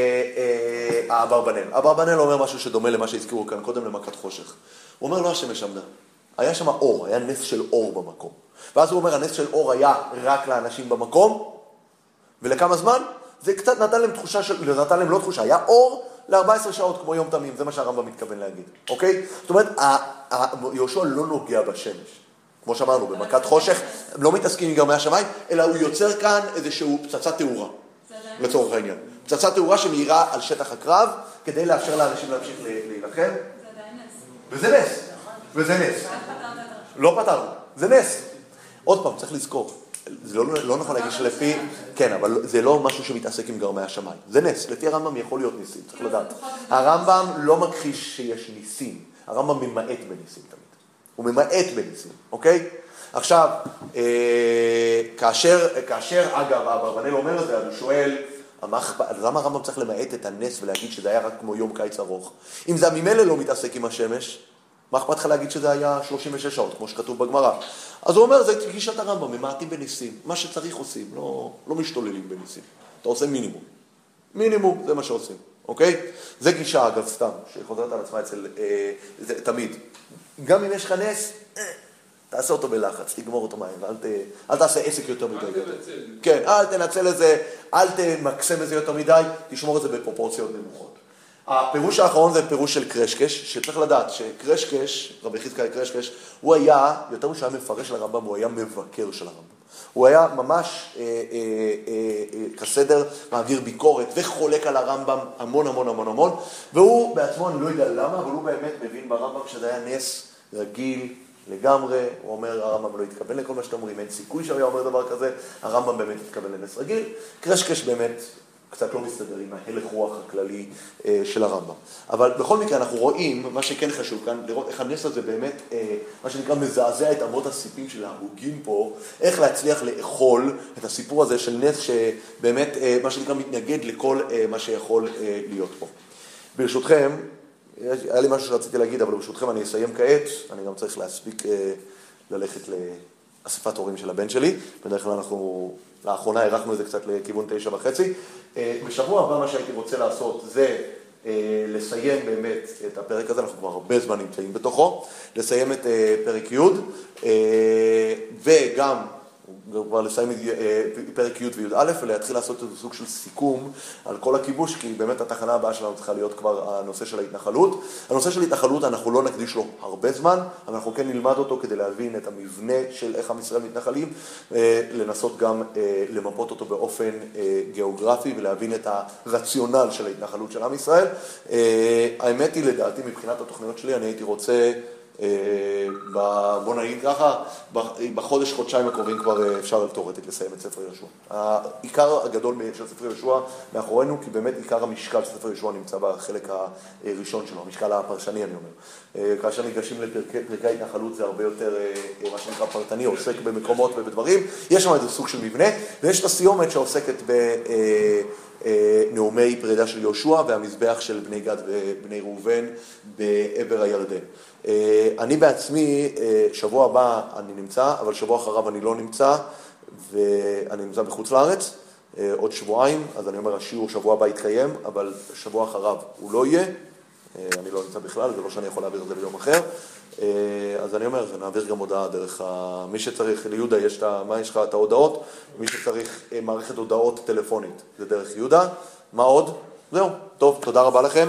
האברבנאל. האברבנאל אומר משהו שדומה למה שהזכירו כאן קודם למכת חושך. הוא אומר לא השמש עמדה. היה שם אור, היה נס של אור במקום. ואז הוא אומר, הנס של אור היה רק לאנשים במקום, ולכמה זמן? זה קצת נתן להם תחושה, של, נתן להם לא תחושה, היה אור ל-ארבע עשרה שעות כמו יום תמים, זה מה שהרמב"ם מתכוון להגיד, אוקיי? זאת אומרת, יהושע לא נוגע בשמש, כמו שאמרנו, במכת חושך, הם לא מתעסקים עם גרמי השמיים, אלא הוא יוצר כאן איזשהו פצצת תאורה, לצורך העניין. פצצת תאורה שמאירה על שטח הקרב, כדי לאפשר לאנשים להמשיך להילחם. זה עדיין נס. וזה נס, וזה נס. לא פתרנו, זה נס. עוד פעם, צריך לזכור, זה לא, לא נכון להגיד שלפי, כן, אבל זה לא משהו שמתעסק עם גרמי השמיים. זה נס, לפי הרמב"ם יכול להיות ניסים, צריך לדעת. הרמב"ם לא מכחיש שיש ניסים, הרמב"ם ממעט בניסים תמיד. הוא ממעט בניסים, אוקיי? עכשיו, אה, כאשר, כאשר, אגב, האברבנאל אומר את זה, הוא שואל, למה הרמב"ם צריך למעט את הנס ולהגיד שזה היה רק כמו יום קיץ ארוך? אם זה ממילא לא מתעסק עם השמש, מה אכפת לך להגיד שזה היה שלושים ושש שעות, כמו שכתוב בגמרא? אז הוא אומר, זה גישת הרמב"ם, ממעטים בניסים. מה שצריך עושים, לא, לא משתוללים בניסים. אתה עושה מינימום. מינימום, זה מה שעושים, אוקיי? זה גישה, אגב, סתם, שחוזרת על עצמה אצל, אה, זה, תמיד. גם אם יש לך נס, אה, תעשה אותו בלחץ, תגמור אותו מהר, אל, ת, אל תעשה עסק יותר מדי. אל תנצל. כן, אל תנצל את זה, אל תמקסם את זה יותר מדי, תשמור את זה בפרופורציות נמוכות. הפירוש האחרון זה פירוש של קרשקש, שצריך לדעת שקרשקש, רבי חזקיה קרשקש, הוא היה, יותר משהו היה מפרש של הרמב"ם, הוא היה מבקר של הרמב"ם. הוא היה ממש אה, אה, אה, אה, כסדר, מעביר ביקורת וחולק על הרמב"ם המון המון המון המון, והוא בעצמו, אני לא יודע למה, אבל הוא באמת מבין ברמב"ם שזה היה נס רגיל לגמרי. הוא אומר, הרמב"ם לא התכוון לכל מה שאתם אומרים, אין סיכוי שהוא היה אומר דבר כזה, הרמב"ם באמת התכוון לנס רגיל. קרשקש באמת קצת לא מסתדר עם ההלך רוח הכללי אה, של הרמב"ם. אבל בכל מקרה אנחנו רואים, מה שכן חשוב כאן, לראות איך הנס הזה באמת, אה, מה שנקרא, מזעזע את אמות הסיפים של ההוגים פה, איך להצליח לאכול את הסיפור הזה של נס שבאמת, אה, מה שנקרא, מתנגד לכל אה, מה שיכול אה, להיות פה. ברשותכם, היה לי משהו שרציתי להגיד, אבל ברשותכם אני אסיים כעת, אני גם צריך להספיק אה, ללכת לאספת הורים של הבן שלי, בדרך כלל אנחנו... לאחרונה ערכנו את זה קצת לכיוון תשע וחצי. בשבוע הבא מה שהייתי רוצה לעשות זה לסיים באמת את הפרק הזה, אנחנו כבר הרבה זמן נמצאים בתוכו, לסיים את פרק י' וגם כבר לסיים את פרק י' וי' א' ולהתחיל לעשות איזה סוג של סיכום על כל הכיבוש, כי באמת התחנה הבאה שלנו צריכה להיות כבר הנושא של ההתנחלות. הנושא של ההתנחלות אנחנו לא נקדיש לו הרבה זמן, אבל אנחנו כן נלמד אותו כדי להבין את המבנה של איך עם ישראל מתנחלים, לנסות גם למפות אותו באופן גיאוגרפי ולהבין את הרציונל של ההתנחלות של עם ישראל. האמת היא לדעתי מבחינת התוכניות שלי, אני הייתי רוצה בוא נגיד ככה, בחודש, חודשיים הקרובים כבר אפשר תיאורטית לסיים את ספר יהושע. העיקר הגדול של ספר יהושע מאחורינו, כי באמת עיקר המשקל של ספר יהושע נמצא בחלק הראשון שלו, המשקל הפרשני אני אומר. כאשר ניגשים לפרקי ההתנחלות זה הרבה יותר, מה שנקרא פרטני, עוסק במקומות ובדברים, יש שם איזה סוג של מבנה, ויש את הסיומת שעוסקת בנאומי פרידה של יהושע והמזבח של בני גד ובני ראובן בעבר הירדן. אני בעצמי, שבוע הבא אני נמצא, אבל שבוע אחריו אני לא נמצא, ואני נמצא בחוץ לארץ, עוד שבועיים, אז אני אומר, השיעור שבוע הבא יתקיים, אבל שבוע אחריו הוא לא יהיה, אני לא נמצא בכלל, זה לא שאני יכול להעביר את זה ביום אחר, אז אני אומר, נעביר גם הודעה דרך ה... מי שצריך, ליהודה יש את ה... מה יש לך? את ההודעות, מי שצריך מערכת הודעות טלפונית, זה דרך יהודה, מה עוד? זהו, טוב, תודה רבה לכם.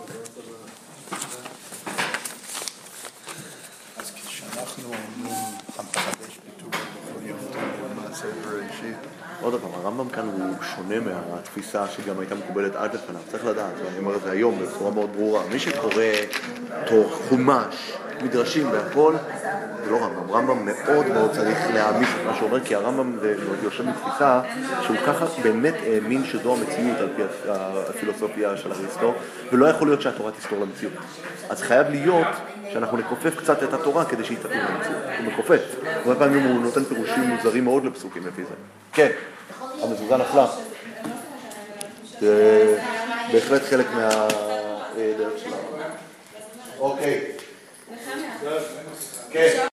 עוד פעם, הרמב"ם כאן הוא שונה מהתפיסה שגם הייתה מקובלת עד לפניו. צריך לדעת, ואני אומר את זה היום בצורה מאוד ברורה. מי שקורא תור חומש, מדרשים והכל, זה לא רמב"ם. רמב"ם מאוד מאוד צריך להעמיק את מה שאומר, כי הרמב"ם זה יושב מתפיסה שהוא ככה באמת האמין שזו המציאות על פי הפילוסופיה של אריסטו, ולא יכול להיות שהתורה תסתור למציאות. אז חייב להיות שאנחנו נכופף קצת את התורה כדי שהיא תתאים למציאות. הוא מכופף. הרבה פעמים הוא נותן פירושים מוזרים מאוד לפסוקים לפי זה. כן, המזוזה נפלה. זה בהחלט חלק מהדרך שלנו. אוקיי. כן.